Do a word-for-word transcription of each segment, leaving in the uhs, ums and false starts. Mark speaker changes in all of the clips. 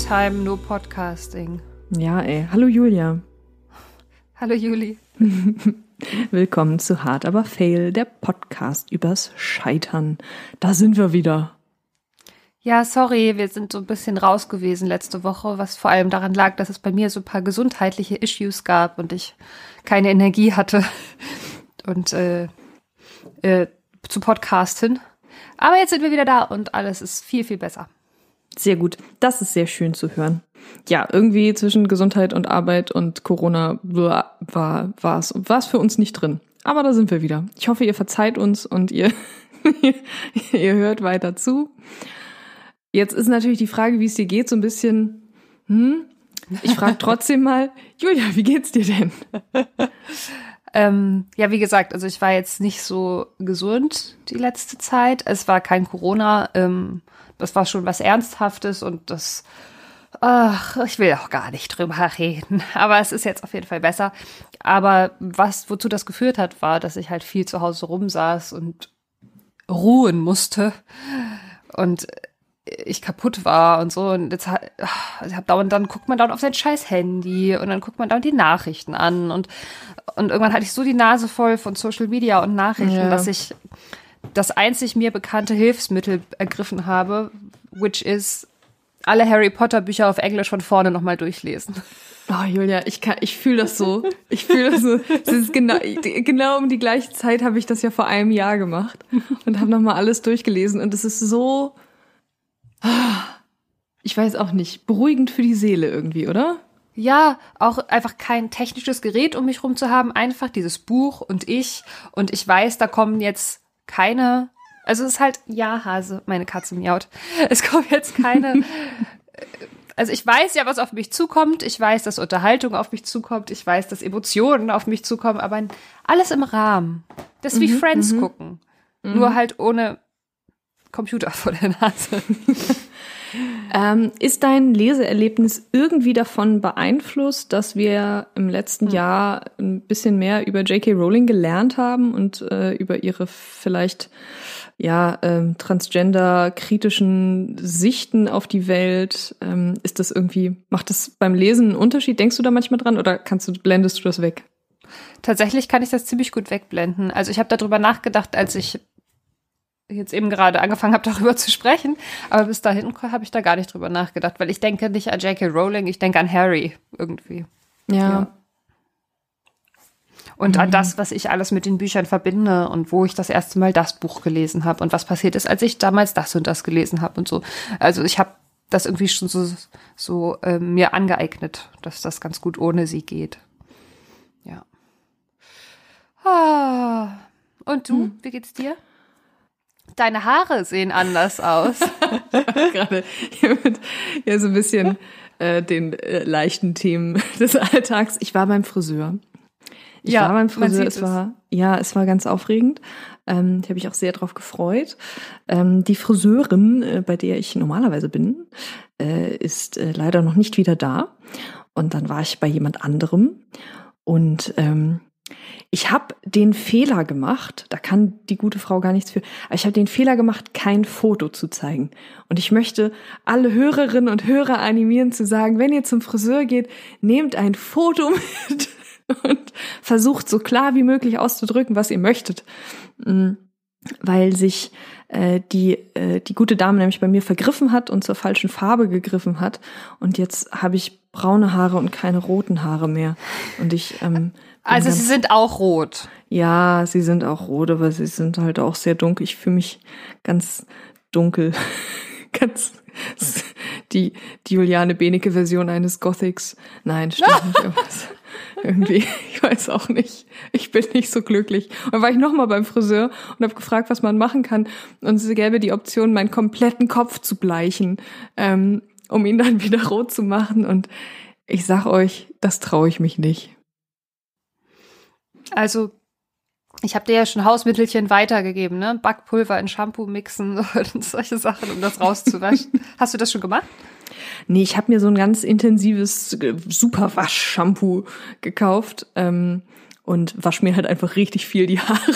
Speaker 1: time, no podcasting.
Speaker 2: Ja, ey. Hallo Julia.
Speaker 1: Hallo Juli.
Speaker 2: Willkommen zu Hard aber Fail, der Podcast übers Scheitern. Da sind wir wieder.
Speaker 1: Ja, sorry, wir sind so ein bisschen raus gewesen letzte Woche, was vor allem daran lag, dass es bei mir so ein paar gesundheitliche Issues gab und ich keine Energie hatte und äh, äh, zu podcasten. Aber jetzt sind wir wieder da und alles ist viel, viel besser.
Speaker 2: Sehr gut. Das ist sehr schön zu hören. Ja, irgendwie zwischen Gesundheit und Arbeit und Corona war war es war's für uns nicht drin. Aber da sind wir wieder. Ich hoffe, ihr verzeiht uns und ihr, ihr hört weiter zu. Jetzt ist natürlich die Frage, wie es dir geht, so ein bisschen, hm? Ich frage trotzdem mal, Julia, wie geht's dir denn?
Speaker 1: ähm, ja, wie gesagt, also ich war jetzt nicht so gesund die letzte Zeit. Es war kein Corona, ähm, das war schon was Ernsthaftes und das, ach, ich will auch gar nicht drüber reden. Aber es ist jetzt auf jeden Fall besser. Aber was, wozu das geführt hat, war, dass ich halt viel zu Hause rumsaß und ruhen musste und ich kaputt war und so. Und jetzt also hab dauernd, dann guckt man dann auf sein scheiß Handy und dann guckt man dann die Nachrichten an. Und, und irgendwann hatte ich so die Nase voll von Social Media und Nachrichten, ja, dass ich das einzig mir bekannte Hilfsmittel ergriffen habe, which is alle Harry Potter Bücher auf Englisch von vorne nochmal durchlesen.
Speaker 2: Oh, Julia, ich kann, ich fühle das so. Ich fühle das so. Es ist genau, genau um die gleiche Zeit habe ich das ja vor einem Jahr gemacht und habe nochmal alles durchgelesen. Und es ist so, ich weiß auch nicht, beruhigend für die Seele irgendwie, oder?
Speaker 1: Ja, auch einfach kein technisches Gerät um mich rum zu haben, einfach dieses Buch und ich. Und ich weiß, da kommen jetzt keine, also es ist halt, ja, Hase, meine Katze miaut. Es kommen jetzt keine, also ich weiß ja, was auf mich zukommt. Ich weiß, dass Unterhaltung auf mich zukommt. Ich weiß, dass Emotionen auf mich zukommen, aber alles im Rahmen. Das ist wie mhm, Friends mhm. gucken. Mhm. Nur halt ohne Computer vor der Nase.
Speaker 2: ähm, ist dein Leseerlebnis irgendwie davon beeinflusst, dass wir im letzten hm. Jahr ein bisschen mehr über J K. Rowling gelernt haben und äh, über ihre vielleicht ja ähm, transgender-kritischen Sichten auf die Welt? Ähm, ist das irgendwie, macht das beim Lesen einen Unterschied? Denkst du da manchmal dran oder kannst du, blendest du das weg?
Speaker 1: Tatsächlich kann ich das ziemlich gut wegblenden. Also ich habe darüber nachgedacht, als ich jetzt eben gerade angefangen habe, darüber zu sprechen, aber bis dahin habe ich da gar nicht drüber nachgedacht, weil ich denke nicht an J K. Rowling, ich denke an Harry irgendwie.
Speaker 2: Ja. ja.
Speaker 1: Und
Speaker 2: mhm.
Speaker 1: an das, was ich alles mit den Büchern verbinde und wo ich das erste Mal das Buch gelesen habe und was passiert ist, als ich damals das und das gelesen habe und so. Also ich habe das irgendwie schon so, so äh, mir angeeignet, dass das ganz gut ohne sie geht. Ja. Ah. Und du, mhm. wie geht's dir? Deine Haare sehen anders aus.
Speaker 2: Gerade hier mit ja, so ein bisschen äh, den äh, leichten Themen des Alltags. Ich war beim Friseur. Ich ja, war beim Friseur. Es war ja, es war ganz aufregend. Ähm, ich habe mich auch sehr drauf gefreut. Ähm, die Friseurin, äh, bei der ich normalerweise bin, äh, ist äh, leider noch nicht wieder da. Und dann war ich bei jemand anderem und ähm, ich habe den Fehler gemacht, da kann die gute Frau gar nichts für, aber ich habe den Fehler gemacht, kein Foto zu zeigen. Und ich möchte alle Hörerinnen und Hörer animieren zu sagen, wenn ihr zum Friseur geht, nehmt ein Foto mit und versucht so klar wie möglich auszudrücken, was ihr möchtet. Weil sich äh, die äh, die gute Dame nämlich bei mir vergriffen hat und zur falschen Farbe gegriffen hat. Und jetzt habe ich braune Haare und keine roten Haare mehr. Und ich ähm,
Speaker 1: Also sie sind auch rot.
Speaker 2: Ja, sie sind auch rot, aber sie sind halt auch sehr dunkel. Ich fühle mich ganz dunkel. ganz die, die Juliane Benecke-Version eines Gothics. Nein, stimmt nicht. Aber irgendwie, ich weiß auch nicht. Ich bin nicht so glücklich. Und dann war ich nochmal beim Friseur und habe gefragt, was man machen kann. Und es gäbe die Option, meinen kompletten Kopf zu bleichen, ähm, um ihn dann wieder rot zu machen. Und ich sag euch, das traue ich mich nicht.
Speaker 1: Also, ich habe dir ja schon Hausmittelchen weitergegeben, ne? Backpulver in Shampoo mixen und solche Sachen, um das rauszuwaschen. Hast du das schon gemacht?
Speaker 2: Nee, ich habe mir so ein ganz intensives Superwasch-Shampoo gekauft ähm, und wasche mir halt einfach richtig viel die Haare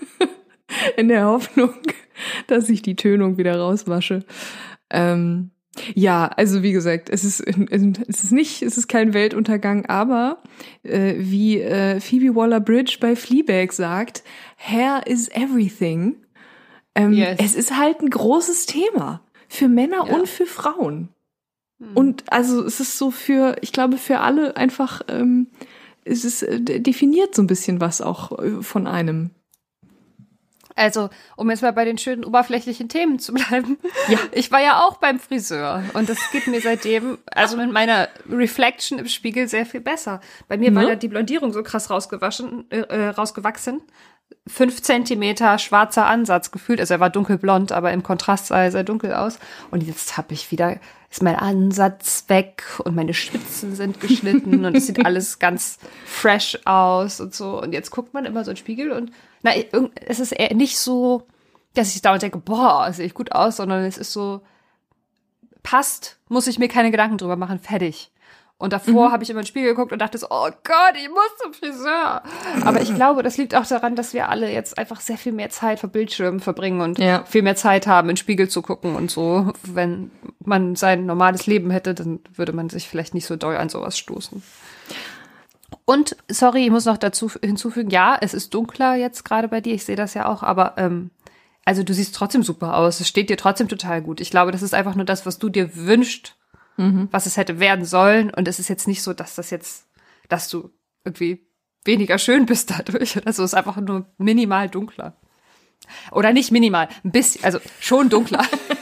Speaker 2: in der Hoffnung, dass ich die Tönung wieder rauswasche. Ähm, Ja, also wie gesagt, es ist es ist nicht, es ist kein Weltuntergang, aber äh, wie äh, Phoebe Waller-Bridge bei Fleabag sagt, Hair is everything. Ähm, yes. Es ist halt ein großes Thema für Männer ja. und für Frauen. Hm. Und also es ist so für, ich glaube für alle einfach, ähm, es ist äh, definiert so ein bisschen was auch äh, von einem.
Speaker 1: Also, um jetzt mal bei den schönen oberflächlichen Themen zu bleiben. Ja. Ich war ja auch beim Friseur und das geht mir seitdem, also mit meiner Reflection im Spiegel sehr viel besser. Bei mir ja. war ja die Blondierung so krass rausgewaschen, äh, rausgewachsen. Fünf Zentimeter schwarzer Ansatz gefühlt. Also er war dunkelblond, aber im Kontrast sah er sehr dunkel aus. Und jetzt habe ich wieder, ist mein Ansatz weg und meine Spitzen sind geschnitten und es sieht alles ganz fresh aus und so. Und jetzt guckt man immer so in den Spiegel und na, es ist eher nicht so, dass ich dauernd denke, boah, sehe ich gut aus, sondern es ist so, passt, muss ich mir keine Gedanken drüber machen, fertig. Und davor mhm. habe ich immer in den Spiegel geguckt und dachte so, oh Gott, ich muss zum Friseur. Aber ich glaube, das liegt auch daran, dass wir alle jetzt einfach sehr viel mehr Zeit vor Bildschirmen verbringen und ja. viel mehr Zeit haben, in den Spiegel zu gucken und so. Wenn man sein normales Leben hätte, dann würde man sich vielleicht nicht so doll an sowas stoßen. Und, sorry, ich muss noch dazu hinzufügen, ja, es ist dunkler jetzt gerade bei dir, ich sehe das ja auch, aber ähm, also du siehst trotzdem super aus, es steht dir trotzdem total gut. Ich glaube, das ist einfach nur das, was du dir wünschst, mhm. was es hätte werden sollen. Und es ist jetzt nicht so, dass das jetzt, dass du irgendwie weniger schön bist dadurch. Also es ist einfach nur minimal dunkler. Oder nicht minimal, ein bisschen, also schon dunkler.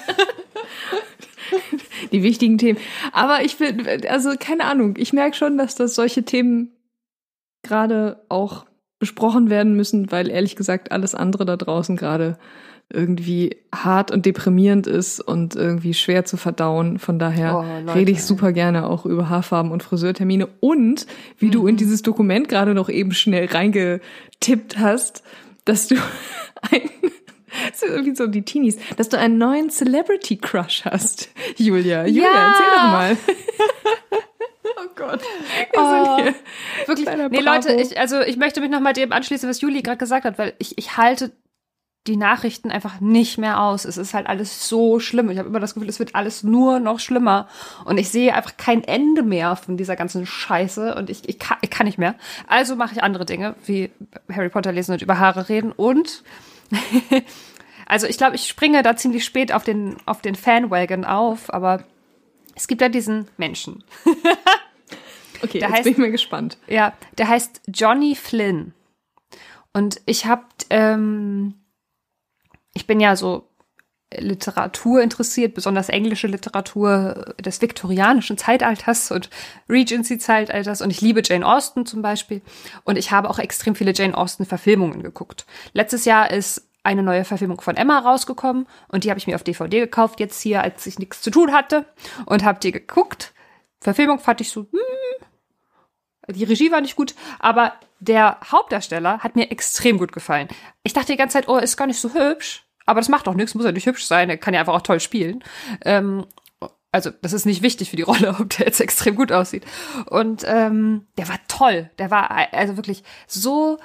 Speaker 2: Die wichtigen Themen. Aber ich bin, also keine Ahnung, ich merke schon, dass das solche Themen gerade auch besprochen werden müssen, weil ehrlich gesagt alles andere da draußen gerade irgendwie hart und deprimierend ist und irgendwie schwer zu verdauen. Von daher oh, rede ich super gerne auch über Haarfarben und Friseurtermine. Und wie mhm. du in dieses Dokument gerade noch eben schnell reingetippt hast, dass du ein das ist irgendwie so die Teenies, dass du einen neuen Celebrity-Crush hast, Julia. Julia, ja. Erzähl doch mal. Oh Gott. Wir
Speaker 1: oh, sind hier wirklich. Nee, Leute, ich, also ich möchte mich noch mal dem anschließen, was Juli gerade gesagt hat, weil ich, ich halte die Nachrichten einfach nicht mehr aus. Es ist halt alles so schlimm. Ich habe immer das Gefühl, es wird alles nur noch schlimmer. Und ich sehe einfach kein Ende mehr von dieser ganzen Scheiße. Und ich, ich, kann, ich kann nicht mehr. Also mache ich andere Dinge, wie Harry Potter lesen und über Haare reden. Und also ich glaube, ich springe da ziemlich spät auf den, auf den Fanwagon auf. Aber es gibt ja diesen Menschen.
Speaker 2: Okay, der jetzt heißt, bin ich mal gespannt.
Speaker 1: Ja, der heißt Johnny Flynn. Und ich habe, ähm, ich bin ja so Literatur interessiert, besonders englische Literatur des viktorianischen Zeitalters und Regency-Zeitalters. Und ich liebe Jane Austen zum Beispiel. Und ich habe auch extrem viele Jane Austen-Verfilmungen geguckt. Letztes Jahr ist eine neue Verfilmung von Emma rausgekommen und die habe ich mir auf D V D gekauft, jetzt hier, als ich nichts zu tun hatte und habe die geguckt. Verfilmung fand ich so, hm, die Regie war nicht gut, aber der Hauptdarsteller hat mir extrem gut gefallen. Ich dachte die ganze Zeit, oh, ist gar nicht so hübsch, aber das macht doch nichts, muss ja nicht hübsch sein, er kann ja einfach auch toll spielen. Ähm, also das ist nicht wichtig für die Rolle, ob der jetzt extrem gut aussieht. Und ähm, der war toll, der war also wirklich so,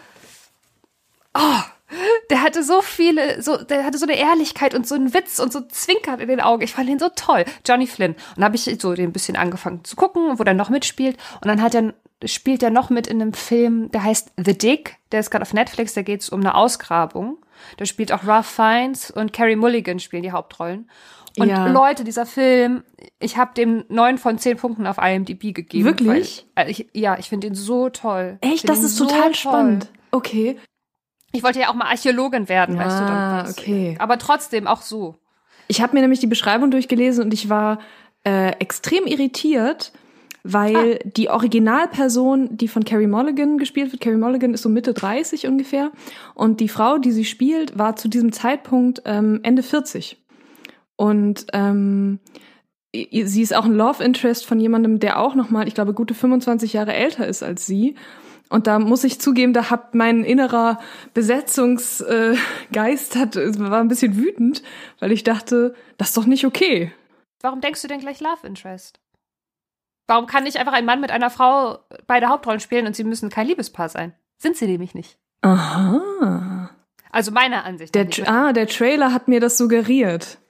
Speaker 1: oh, der hatte so viele, so, der hatte so eine Ehrlichkeit und so einen Witz und so Zwinkern in den Augen. Ich fand ihn so toll. Johnny Flynn. Und dann habe ich so den ein bisschen angefangen zu gucken, wo der noch mitspielt. Und dann hat er, spielt er noch mit in einem Film, der heißt The Dig. Der ist gerade auf Netflix, da geht es um eine Ausgrabung. Da spielt auch Ralph Fiennes und Carey Mulligan spielen die Hauptrollen. Und ja. Leute, dieser Film, ich habe dem neun von zehn Punkten auf I M D B gegeben.
Speaker 2: Wirklich?
Speaker 1: Weil, ich, ja, ich finde ihn so toll.
Speaker 2: Echt? Das ist so total toll. Spannend. Okay.
Speaker 1: Ich wollte ja auch mal Archäologin werden,
Speaker 2: ja,
Speaker 1: weißt du.
Speaker 2: Ah, okay.
Speaker 1: Aber trotzdem auch so.
Speaker 2: Ich habe mir nämlich die Beschreibung durchgelesen und ich war äh, extrem irritiert, weil ah. die Originalperson, die von Carey Mulligan gespielt wird, Carey Mulligan ist so Mitte dreißig ungefähr, und die Frau, die sie spielt, war zu diesem Zeitpunkt ähm, Ende vierzig. Und ähm, sie ist auch ein Love Interest von jemandem, der auch nochmal, ich glaube, gute fünfundzwanzig Jahre älter ist als sie. Und da muss ich zugeben, da hat mein innerer Besetzungsgeist hat, war ein bisschen wütend, weil ich dachte, das ist doch nicht okay.
Speaker 1: Warum denkst du denn gleich Love Interest? Warum kann nicht einfach ein Mann mit einer Frau beide Hauptrollen spielen und sie müssen kein Liebespaar sein? Sind sie nämlich nicht.
Speaker 2: Aha.
Speaker 1: Also meiner Ansicht
Speaker 2: nach. Der, ah, der Trailer hat mir das suggeriert.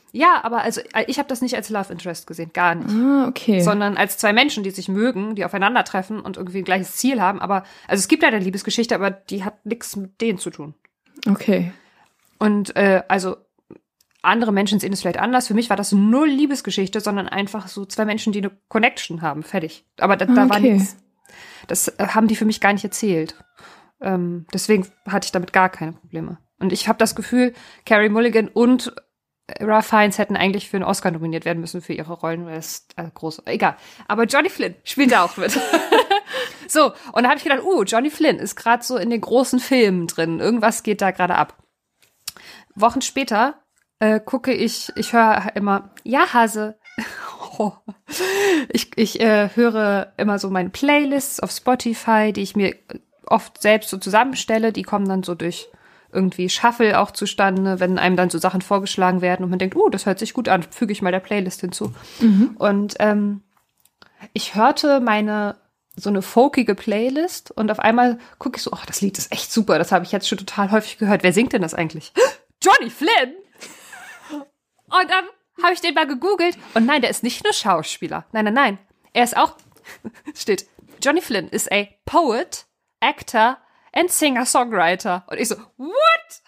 Speaker 1: Ja, aber also ich habe das nicht als Love Interest gesehen, gar nicht.
Speaker 2: Ah, okay.
Speaker 1: Sondern als zwei Menschen, die sich mögen, die aufeinandertreffen und irgendwie ein gleiches Ziel haben. Aber, also es gibt ja eine Liebesgeschichte, aber die hat nichts mit denen zu tun.
Speaker 2: Okay.
Speaker 1: Und äh, also andere Menschen sehen es vielleicht anders. Für mich war das null Liebesgeschichte, sondern einfach so zwei Menschen, die eine Connection haben. Fertig. Aber da, da
Speaker 2: okay.
Speaker 1: war nichts. Das äh, haben die für mich gar nicht erzählt. Ähm, deswegen hatte ich damit gar keine Probleme. Und ich habe das Gefühl, Carey Mulligan und Ralph Fiennes hätten eigentlich für einen Oscar nominiert werden müssen für ihre Rollen, weil es äh, groß, egal. Aber Johnny Flynn spielt da auch mit. So, und da habe ich gedacht, uh, Johnny Flynn ist gerade so in den großen Filmen drin. Irgendwas geht da gerade ab. Wochen später äh, gucke ich, ich höre immer, ja, Hase. Oh. Ich, ich äh, höre immer so meine Playlists auf Spotify, die ich mir oft selbst so zusammenstelle. Die kommen dann so durch irgendwie Shuffle auch zustande, wenn einem dann so Sachen vorgeschlagen werden und man denkt, oh, das hört sich gut an, füge ich mal der Playlist hinzu. Mhm. Und ähm, ich hörte meine so eine folkige Playlist und auf einmal gucke ich so, ach, das Lied ist echt super, das habe ich jetzt schon total häufig gehört. Wer singt denn das eigentlich? Johnny Flynn! Und dann habe ich den mal gegoogelt und nein, der ist nicht nur Schauspieler. Nein, nein, nein. Er ist auch, steht, Johnny Flynn ist a poet, actor and Singer-Songwriter. Und ich so, what?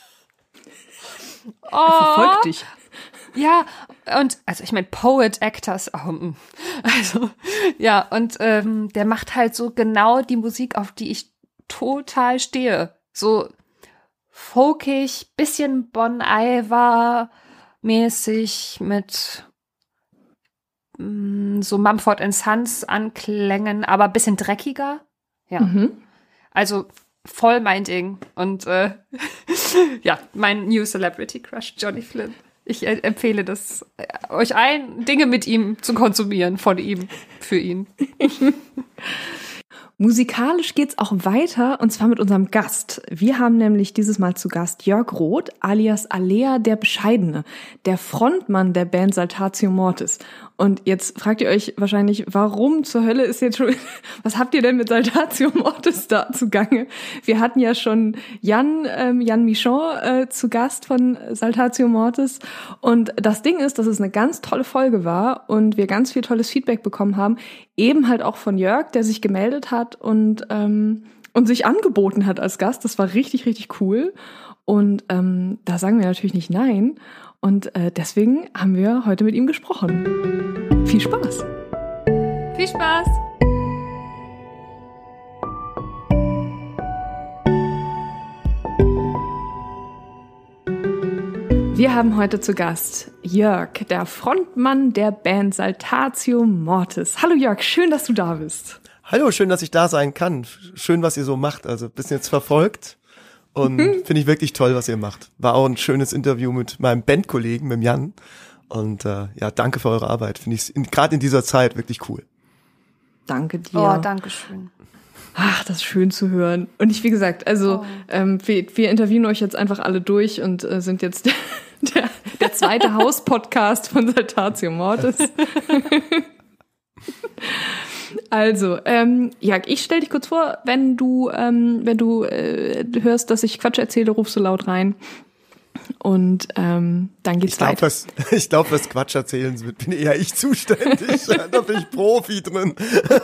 Speaker 2: Oh, er verfolgt dich.
Speaker 1: Ja, und, also ich meine, Poet, Actors, oh, also, ja, und ähm, der macht halt so genau die Musik, auf die ich total stehe. So folkig, bisschen Bon Iver mäßig mit mh, so Mumford and Sons Anklängen, aber bisschen dreckiger. Ja. Mhm. Also voll mein Ding. Und äh, ja, mein New Celebrity Crush, Johnny Flynn. Ich äh, empfehle das äh, euch allen, Dinge mit ihm zu konsumieren, von ihm, für ihn.
Speaker 2: Musikalisch geht's auch weiter, und zwar mit unserem Gast. Wir haben nämlich dieses Mal zu Gast Jörg Roth, alias Alea der Bescheidene, der Frontmann der Band Saltatio Mortis. Und jetzt fragt ihr euch wahrscheinlich, warum zur Hölle ist jetzt schon, was habt ihr denn mit Saltatio Mortis da zugange? Wir hatten ja schon Jan, ähm, Jan Michon äh, zu Gast von Saltatio Mortis. Und das Ding ist, dass es eine ganz tolle Folge war und wir ganz viel tolles Feedback bekommen haben. Eben halt auch von Jörg, der sich gemeldet hat und ähm, und sich angeboten hat als Gast. Das war richtig, richtig cool. Und ähm, da sagen wir natürlich nicht nein. Und äh, deswegen haben wir heute mit ihm gesprochen. Viel Spaß!
Speaker 1: Viel Spaß!
Speaker 2: Wir haben heute zu Gast Jörg, der Frontmann der Band Saltatio Mortis. Hallo Jörg, schön, dass du da bist.
Speaker 3: Hallo, schön, dass ich da sein kann. Schön, was ihr so macht. Also ein bisschen jetzt verfolgt und mhm. finde ich wirklich toll, was ihr macht. War auch ein schönes Interview mit meinem Bandkollegen, mit dem Jan. Und äh, ja, danke für eure Arbeit. Finde ich gerade in dieser Zeit wirklich cool.
Speaker 2: Danke dir.
Speaker 1: Oh, danke schön.
Speaker 2: Ach, das ist schön zu hören. Und ich, wie gesagt, also oh. ähm, wir, wir interviewen euch jetzt einfach alle durch und äh, sind jetzt der, der, der zweite Haus-Podcast von Saltatio Mortis. Also, ähm, Jörg, ich stell dich kurz vor, wenn du, ähm, wenn du äh, hörst, dass ich Quatsch erzähle, rufst du laut rein. Und ähm, dann geht's
Speaker 3: ich glaub,
Speaker 2: weiter.
Speaker 3: Was, ich glaube, was Quatsch erzählen wird, bin eher ich zuständig. Da bin ich Profi drin.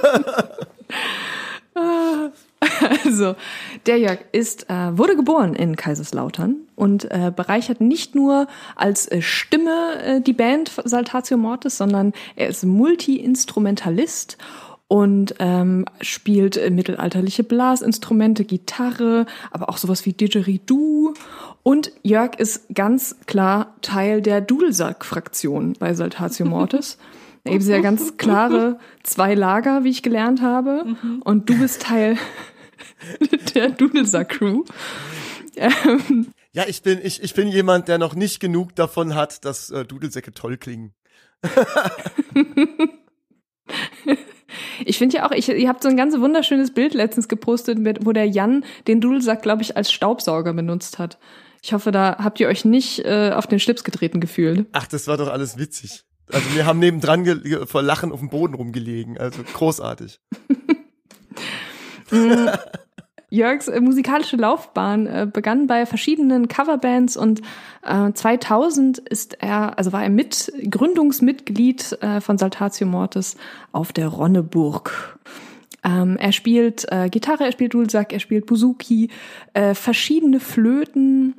Speaker 2: Also, der Jörg ist, äh, wurde geboren in Kaiserslautern und äh, bereichert nicht nur als äh, Stimme äh, die Band Saltatio Mortis, sondern er ist Multi-Instrumentalist und ähm, spielt äh, mittelalterliche Blasinstrumente, Gitarre, aber auch sowas wie Didgeridoo. Und Jörg ist ganz klar Teil der Dudelsack-Fraktion bei Saltatio Mortis. Da gibt es ja ganz klare zwei Lager, wie ich gelernt habe. Mhm. Und du bist Teil der Dudelsack-Crew.
Speaker 3: Ähm. Ja, ich bin, ich, ich bin jemand, der noch nicht genug davon hat, dass äh, Dudelsäcke toll klingen.
Speaker 2: Ich finde ja auch, ich, ihr habt so ein ganz wunderschönes Bild letztens gepostet, mit, wo der Jan den Dudelsack, glaube ich, als Staubsauger benutzt hat. Ich hoffe, da habt ihr euch nicht äh, auf den Schlips getreten gefühlt.
Speaker 3: Ach, das war doch alles witzig. Also wir haben nebendran ge- vor Lachen auf dem Boden rumgelegen, also großartig.
Speaker 2: Jörgs äh, musikalische Laufbahn äh, begann bei verschiedenen Coverbands und äh, zweitausend ist er, also war er mit Gründungsmitglied äh, von Saltatio Mortis auf der Ronneburg. Ähm, er spielt äh, Gitarre, er spielt Dudelsack, er spielt Bouzouki, äh, verschiedene Flöten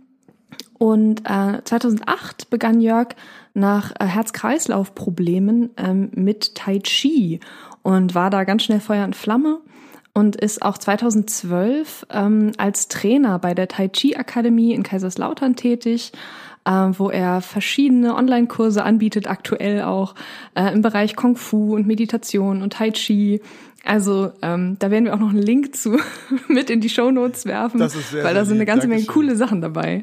Speaker 2: und äh, zweitausendacht begann Jörg nach äh, Herz-Kreislauf-Problemen ähm, mit Tai Chi und war da ganz schnell Feuer und Flamme. Und ist auch zweitausendzwölf ähm, als Trainer bei der Tai Chi Akademie in Kaiserslautern tätig, äh, wo er verschiedene Online-Kurse anbietet, aktuell auch äh, im Bereich Kung Fu und Meditation und Tai Chi. Also ähm, da werden wir auch noch einen Link zu mit in die Shownotes werfen,
Speaker 3: das ist sehr,
Speaker 2: weil da sind eine ganze
Speaker 3: Dankeschön.
Speaker 2: Menge coole Sachen dabei.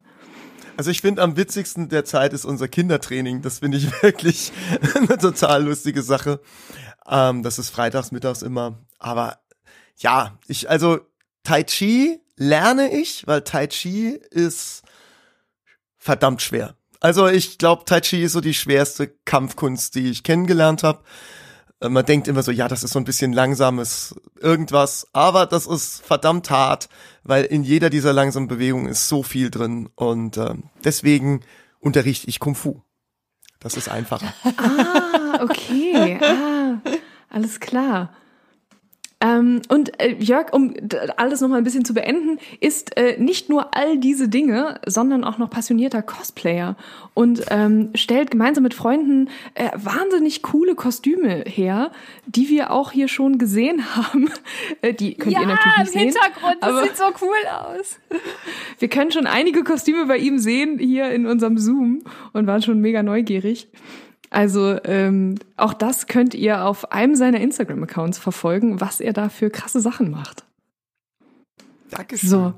Speaker 3: Also ich finde, am witzigsten der Zeit ist unser Kindertraining. Das finde ich wirklich eine total lustige Sache. Ähm, das ist freitags, mittags immer. Aber ja, ich, also Tai Chi lerne ich, weil Tai Chi ist verdammt schwer. Also ich glaube, Tai Chi ist so die schwerste Kampfkunst, die ich kennengelernt habe. Man denkt immer so, ja, das ist so ein bisschen langsames irgendwas, aber das ist verdammt hart, weil in jeder dieser langsamen Bewegungen ist so viel drin und äh, deswegen unterrichte ich Kung Fu. Das ist einfacher.
Speaker 2: Ah, okay. Ah, alles klar. Ähm, und äh, Jörg, um alles noch mal ein bisschen zu beenden, ist äh, nicht nur all diese Dinge, sondern auch noch passionierter Cosplayer und ähm, stellt gemeinsam mit Freunden äh, wahnsinnig coole Kostüme her, die wir auch hier schon gesehen haben. Äh, die könnt
Speaker 1: ja,
Speaker 2: ihr natürlich nicht sehen.
Speaker 1: Ja, im Hintergrund, das
Speaker 2: aber
Speaker 1: sieht so cool aus.
Speaker 2: Wir können schon einige Kostüme bei ihm sehen hier in unserem Zoom und waren schon mega neugierig. Also ähm, auch das könnt ihr auf einem seiner Instagram-Accounts verfolgen, was er da für krasse Sachen macht.
Speaker 3: Dankeschön.
Speaker 2: So.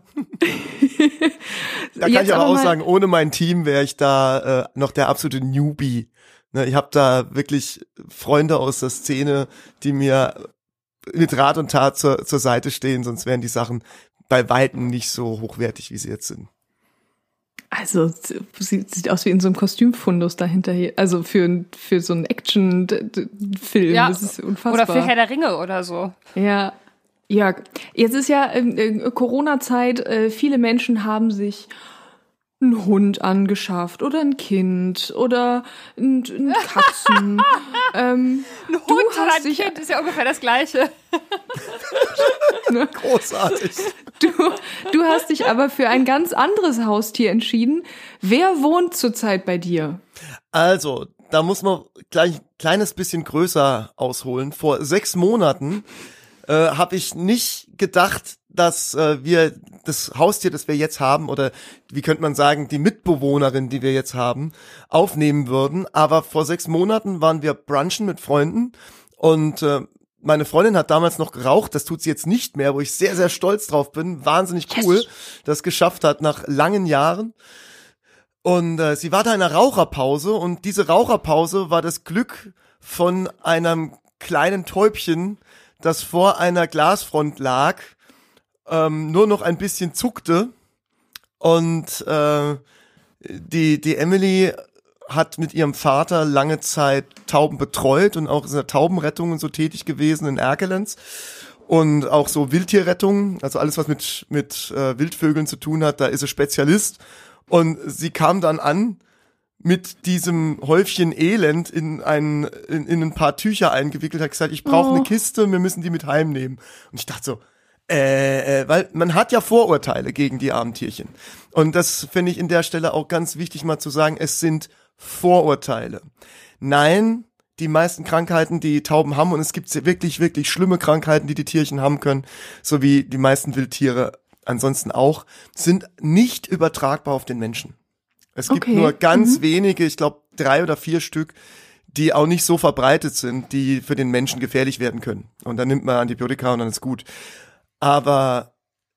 Speaker 3: Da kann ich aber auch sagen, ohne mein Team wäre ich da äh, noch der absolute Newbie. Ne, ich habe da wirklich Freunde aus der Szene, die mir mit Rat und Tat zur, zur Seite stehen, sonst wären die Sachen bei Weitem nicht so hochwertig, wie sie jetzt sind.
Speaker 2: Also sieht, sieht aus wie in so einem Kostümfundus dahinter hier. Also für, für so einen Action-Film.
Speaker 1: Ja,
Speaker 2: das ist unfassbar.
Speaker 1: oder für Herr der Ringe oder so.
Speaker 2: Ja, Jörg, jetzt ist ja äh, Corona-Zeit. Äh, viele Menschen haben sich einen Hund angeschafft oder ein Kind oder ein, ein Katzen. ähm,
Speaker 1: ein Hund oder ein Kind ist ja ungefähr das Gleiche.
Speaker 3: Großartig.
Speaker 2: Du, du hast dich aber für ein ganz anderes Haustier entschieden. Wer wohnt zurzeit bei dir?
Speaker 3: Also, da muss man gleich ein kleines bisschen größer ausholen. Vor sechs Monaten äh, habe ich nicht gedacht, dass äh, wir das Haustier, das wir jetzt haben, oder wie könnte man sagen, die Mitbewohnerin, die wir jetzt haben, aufnehmen würden. Aber vor sechs Monaten waren wir brunchen mit Freunden und äh, meine Freundin hat damals noch geraucht, das tut sie jetzt nicht mehr, wo ich sehr, sehr stolz drauf bin. Wahnsinnig cool, yes. Das geschafft hat nach langen Jahren. Und äh, sie war da in einer Raucherpause und diese Raucherpause war das Glück von einem kleinen Täubchen, das vor einer Glasfront lag, ähm, nur noch ein bisschen zuckte. Und äh, die, die Emily hat mit ihrem Vater lange Zeit Tauben betreut und auch in der Taubenrettung und so tätig gewesen in Erkelenz und auch so Wildtierrettung, also alles, was mit mit äh, Wildvögeln zu tun hat, da ist sie Spezialist. Und sie kam dann an mit diesem Häufchen Elend in ein in, in ein paar Tücher eingewickelt, hat gesagt, ich brauche oh. eine Kiste, wir müssen die mit heimnehmen. Und ich dachte so, Äh, äh, weil man hat ja Vorurteile gegen die armen Tierchen. Und das finde ich in der Stelle auch ganz wichtig mal zu sagen, es sind Vorurteile. Nein, die meisten Krankheiten, die Tauben haben, und es gibt wirklich, wirklich schlimme Krankheiten, die die Tierchen haben können, so wie die meisten Wildtiere ansonsten auch, sind nicht übertragbar auf den Menschen. Es gibt
Speaker 2: okay.
Speaker 3: nur ganz
Speaker 2: mhm.
Speaker 3: wenige, ich glaube drei oder vier Stück, die auch nicht so verbreitet sind, die für den Menschen gefährlich werden können. Und dann nimmt man Antibiotika und dann ist gut. Aber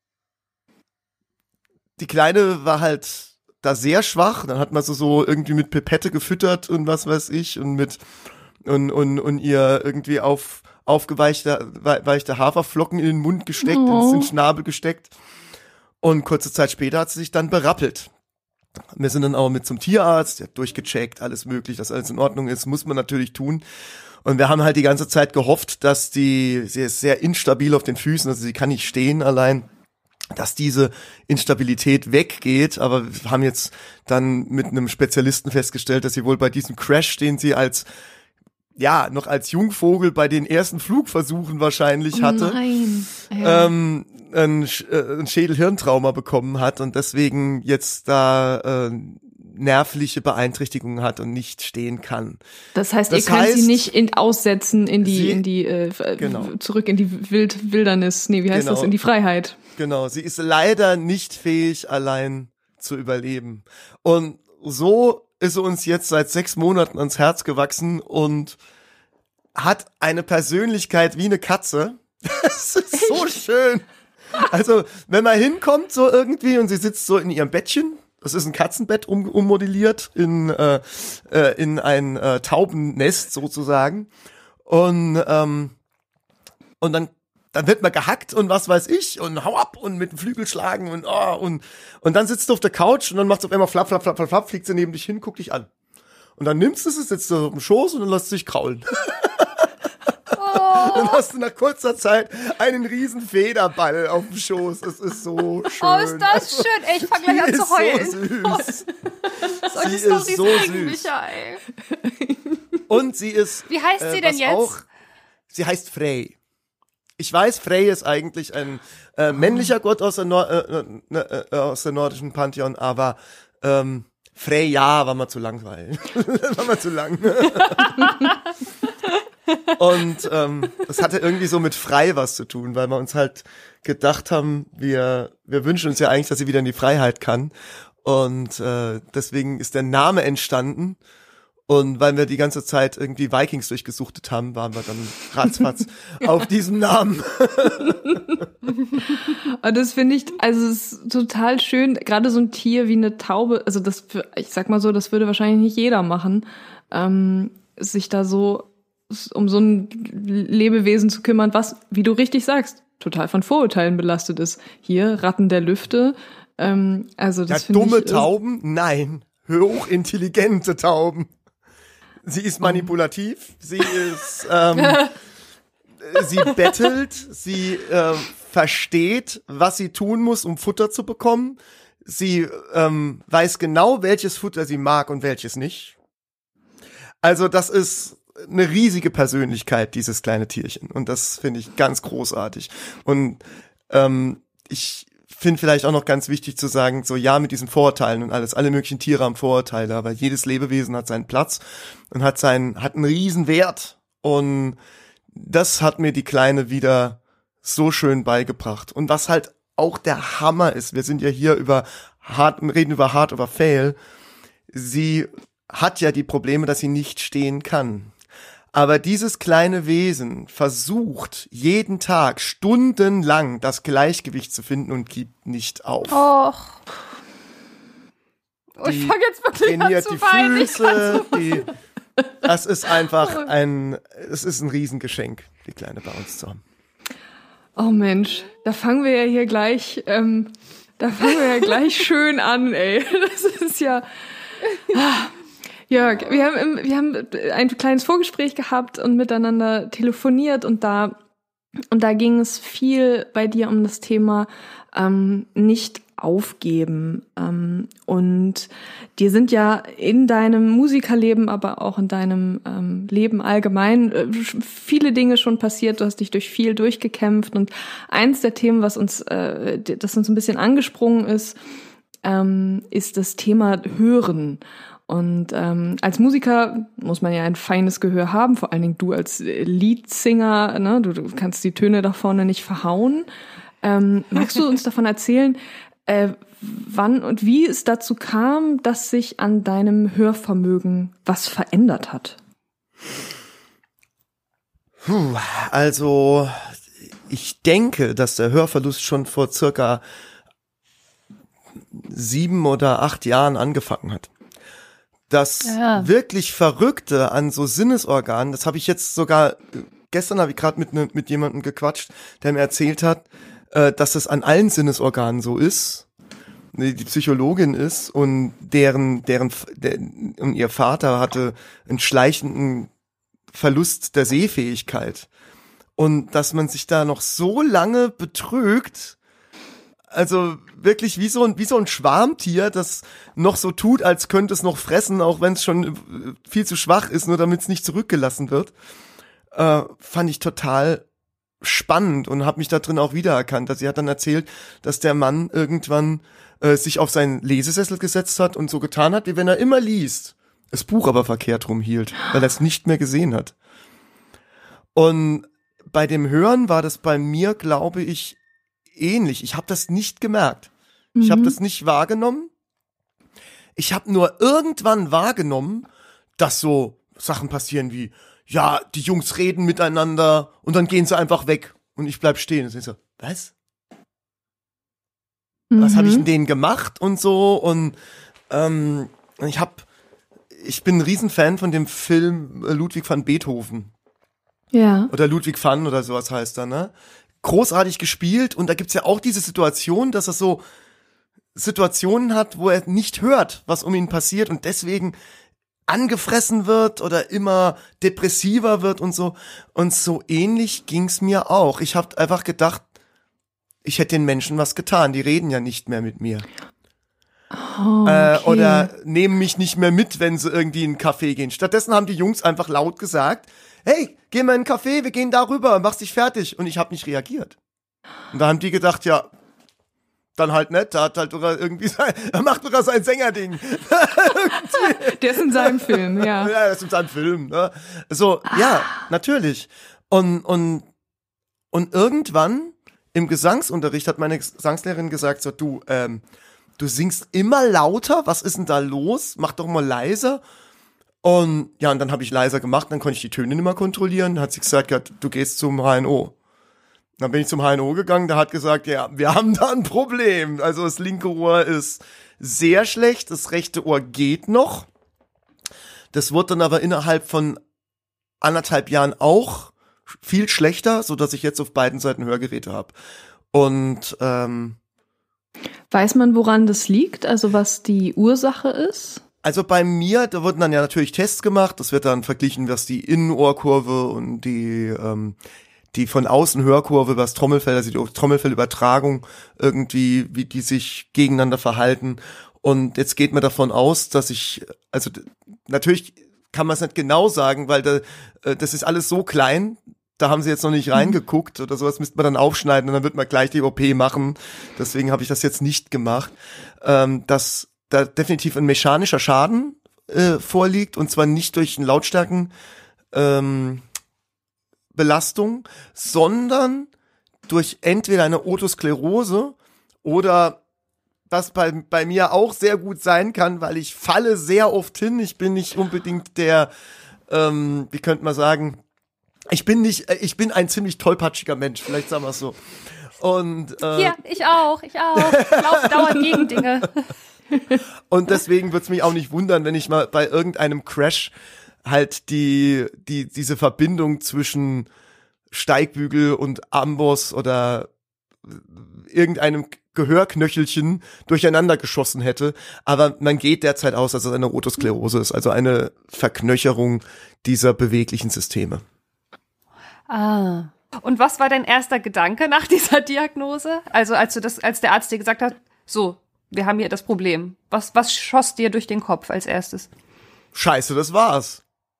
Speaker 3: die Kleine war halt da sehr schwach. Dann hat man so, so irgendwie mit Pipette gefüttert und was weiß ich und mit und und und ihr irgendwie auf aufgeweichte weichte Haferflocken in den Mund gesteckt, oh. in den Schnabel gesteckt. Und kurze Zeit später hat sie sich dann berappelt. Wir sind dann auch mit zum Tierarzt, der hat durchgecheckt, alles möglich, dass alles in Ordnung ist, muss man natürlich tun. Und wir haben halt die ganze Zeit gehofft, dass die, sie ist sehr instabil auf den Füßen, also sie kann nicht stehen allein. dass diese Instabilität weggeht, aber wir haben jetzt dann mit einem Spezialisten festgestellt, dass sie wohl bei diesem Crash, den sie als ja, noch als Jungvogel bei den ersten Flugversuchen wahrscheinlich hatte,
Speaker 2: oh nein.
Speaker 3: Ja. ähm, ein, äh, ein Schädel-Hirntrauma bekommen hat und deswegen jetzt da äh, nervliche Beeinträchtigungen hat und nicht stehen kann.
Speaker 2: Das heißt,
Speaker 3: das
Speaker 2: ihr könnt
Speaker 3: heißt,
Speaker 2: sie nicht in, aussetzen in die,
Speaker 3: sie,
Speaker 2: in die, äh,
Speaker 3: genau.
Speaker 2: zurück in die Wild, Wildernis, nee, wie heißt
Speaker 3: genau.
Speaker 2: das, in die Freiheit.
Speaker 3: Genau, sie ist leider nicht fähig, allein zu überleben. Und so ist sie uns jetzt seit sechs Monaten ans Herz gewachsen und hat eine Persönlichkeit wie eine Katze. Das ist so schön. Also, wenn man hinkommt so irgendwie und sie sitzt so in ihrem Bettchen, das ist ein Katzenbett um, ummodelliert in, äh, äh, in ein äh, Taubennest sozusagen. Und, ähm, und dann Dann wird man gehackt und was weiß ich und hau ab und mit dem Flügel schlagen und oh, und und dann sitzt du auf der Couch und dann macht es auf einmal flapp, flapp, flapp, flapp, flapp, fliegt sie neben dich hin, guckt dich an. Und dann nimmst du es, sitzt du auf dem Schoß und dann lässt du dich kraulen. Oh. Dann hast du nach kurzer Zeit einen riesen Federball auf dem Schoß. Es ist so schön.
Speaker 1: Oh, ist das also, schön. Ey, ich fang gleich an zu heulen.
Speaker 3: So süß.
Speaker 1: Sie
Speaker 3: ist so
Speaker 1: sagen,
Speaker 3: süß.
Speaker 1: Micha, ey.
Speaker 3: Und sie ist
Speaker 1: Wie heißt sie
Speaker 3: äh,
Speaker 1: denn jetzt?
Speaker 3: Auch, sie heißt Frey. Ich weiß, Frey ist eigentlich ein äh, männlicher Gott aus der, Nor äh, äh, äh, aus der nordischen Pantheon, aber ähm, Frey, ja, war mal zu langweilig. war mal zu lang. Und ähm, das hatte irgendwie so mit frei was zu tun, weil wir uns halt gedacht haben, wir wir wünschen uns ja eigentlich, dass sie wieder in die Freiheit kann. Und äh, deswegen ist der Name entstanden. Und weil wir die ganze Zeit irgendwie Vikings durchgesuchtet haben, waren wir dann ratzfatz auf diesem Namen.
Speaker 2: Und das finde ich, also es ist total schön, gerade so ein Tier wie eine Taube, also das, ich sag mal so, das würde wahrscheinlich nicht jeder machen, ähm, sich da so um so ein Lebewesen zu kümmern, was, wie du richtig sagst, total von Vorurteilen belastet ist. Hier, Ratten der Lüfte, ähm, also das
Speaker 3: ja,
Speaker 2: finde ich...
Speaker 3: dumme Tauben? Nein, hochintelligente Tauben. Sie ist manipulativ, sie ist, ähm, sie bettelt, sie äh, versteht, was sie tun muss, um Futter zu bekommen. Sie ähm, weiß genau, welches Futter sie mag und welches nicht. Also das ist eine riesige Persönlichkeit, dieses kleine Tierchen. Und das finde ich ganz großartig. Und ähm, ich finde vielleicht auch noch ganz wichtig zu sagen, so ja, mit diesen Vorurteilen und alles, alle möglichen Tiere haben Vorurteile, aber jedes Lebewesen hat seinen Platz und hat seinen, hat einen riesen Wert. Und das hat mir die Kleine wieder so schön beigebracht. Und was halt auch der Hammer ist, wir sind ja hier über hart, reden über hard over fail. Sie hat ja die Probleme, dass sie nicht stehen kann. Aber dieses kleine Wesen versucht jeden Tag stundenlang das Gleichgewicht zu finden und gibt nicht auf.
Speaker 1: Och. Oh, ich fange jetzt wirklich an zu weinen.
Speaker 3: Die Füße, die, das ist einfach ein, es ist ein Riesengeschenk, die Kleine bei uns zu haben.
Speaker 2: Oh Mensch, da fangen wir ja hier gleich, ähm, da fangen wir ja gleich schön an, ey. Das ist ja... Ah. Jörg, wir haben, im, wir haben ein kleines Vorgespräch gehabt und miteinander telefoniert und da, und da ging es viel bei dir um das Thema ähm, nicht aufgeben. Ähm, und dir sind ja in deinem Musikerleben, aber auch in deinem ähm, Leben allgemein äh, viele Dinge schon passiert. Du hast dich durch viel durchgekämpft und eins der Themen, was uns, äh, das uns ein bisschen angesprungen ist, ähm, ist das Thema Hören. Und ähm, als Musiker muss man ja ein feines Gehör haben, vor allen Dingen du als Leadsinger, ne? du, du kannst die Töne da vorne nicht verhauen. Ähm, magst du uns davon erzählen, äh, wann und wie es dazu kam, dass sich an deinem Hörvermögen was verändert hat?
Speaker 3: Puh, also ich denke, dass der Hörverlust schon vor circa sieben oder acht Jahren angefangen hat. Das ja. wirklich Verrückte an so Sinnesorganen, das habe ich jetzt sogar, gestern habe ich gerade mit, ne, mit jemandem gequatscht, der mir erzählt hat, äh, dass es an allen Sinnesorganen so ist, die Psychologin ist und deren, deren, der, und ihr Vater hatte einen schleichenden Verlust der Sehfähigkeit. Und dass man sich da noch so lange betrügt, Also wirklich wie so ein wie so ein Schwarmtier, das noch so tut, als könnte es noch fressen, auch wenn es schon viel zu schwach ist, nur damit es nicht zurückgelassen wird. Äh, fand ich total spannend und habe mich da drin auch wiedererkannt. Also sie hat dann erzählt, dass der Mann irgendwann äh, sich auf seinen Lesesessel gesetzt hat und so getan hat, wie wenn er immer liest, das Buch aber verkehrt rumhielt, weil er es nicht mehr gesehen hat. Und bei dem Hören war das bei mir, glaube ich, ähnlich. Ich habe das nicht gemerkt. Mhm. Ich habe das nicht wahrgenommen. Ich habe nur irgendwann wahrgenommen, dass so Sachen passieren wie, ja, die Jungs reden miteinander und dann gehen sie einfach weg und ich bleib stehen. Und ich so, was? Mhm. Was habe ich denn denen gemacht und so? Und ähm, ich habe, ich bin ein Riesenfan von dem Film Ludwig van Beethoven.
Speaker 2: Ja.
Speaker 3: Oder Ludwig van oder sowas heißt er, ne? Großartig gespielt und da gibt's ja auch diese Situation, dass er so Situationen hat, wo er nicht hört, was um ihn passiert und deswegen angefressen wird oder immer depressiver wird und so. Und so ähnlich ging's mir auch. Ich habe einfach gedacht, ich hätte den Menschen was getan. Die reden ja nicht mehr mit mir.
Speaker 2: Oh, okay.
Speaker 3: äh, oder nehmen mich nicht mehr mit, wenn sie irgendwie in einen Café gehen. Stattdessen haben die Jungs einfach laut gesagt, hey, geh mal in einen Café, wir gehen da rüber, mach dich fertig. Und ich habe nicht reagiert. Und da haben die gedacht, ja, dann halt nicht, da hat halt sogar irgendwie sein, er macht sogar sein Sängerding.
Speaker 2: Der ist in seinem Film, ja.
Speaker 3: Ja, der ist in seinem Film, ne? So, ah. Ja, natürlich. Und, und, und irgendwann im Gesangsunterricht hat meine Gesangslehrerin gesagt, so, du, ähm, du singst immer lauter, was ist denn da los? Mach doch mal leiser. Und ja, und dann habe ich leiser gemacht, dann konnte ich die Töne nicht mehr kontrollieren. Dann hat sie gesagt, ja, du gehst zum H N O. Dann bin ich zum H N O gegangen, der hat gesagt, ja, wir haben da ein Problem. Also das linke Ohr ist sehr schlecht, das rechte Ohr geht noch. Das wird dann aber innerhalb von anderthalb Jahren auch viel schlechter, so dass ich jetzt auf beiden Seiten Hörgeräte habe. Und ähm,
Speaker 2: weiß man, woran das liegt? Also was die Ursache ist?
Speaker 3: Also bei mir, da wurden dann ja natürlich Tests gemacht. Das wird dann verglichen, was die Innenohrkurve und die ähm, die von außen Hörkurve, was Trommelfell, also die Trommelfellübertragung irgendwie, wie die sich gegeneinander verhalten. Und jetzt geht man davon aus, dass ich, also natürlich kann man es nicht genau sagen, weil da, das ist alles so klein, da haben sie jetzt noch nicht reingeguckt oder sowas, müsste man dann aufschneiden und dann wird man gleich die O P machen. Deswegen habe ich das jetzt nicht gemacht. Ähm, dass da definitiv ein mechanischer Schaden äh, vorliegt und zwar nicht durch einen Lautstärken ähm, Belastung, sondern durch entweder eine Otosklerose oder was bei, bei mir auch sehr gut sein kann, weil ich falle sehr oft hin. Ich bin nicht unbedingt der, ähm, wie könnte man sagen, ich bin nicht, ich bin ein ziemlich tollpatschiger Mensch, vielleicht sagen wir es so. Und äh,
Speaker 1: ja, ich auch, ich auch. Ich laufe dauernd gegen Dinge.
Speaker 3: Und deswegen würde es mich auch nicht wundern, wenn ich mal bei irgendeinem Crash halt die, die, diese Verbindung zwischen Steigbügel und Amboss oder irgendeinem Gehörknöchelchen durcheinander geschossen hätte. Aber man geht derzeit aus, dass es eine Otosklerose ist, also eine Verknöcherung dieser beweglichen Systeme.
Speaker 1: Ah. Und was war dein erster Gedanke nach dieser Diagnose? Also als du das, als der Arzt dir gesagt hat, so, wir haben hier das Problem. Was, was schoss dir durch den Kopf als erstes?
Speaker 3: Scheiße, das war's.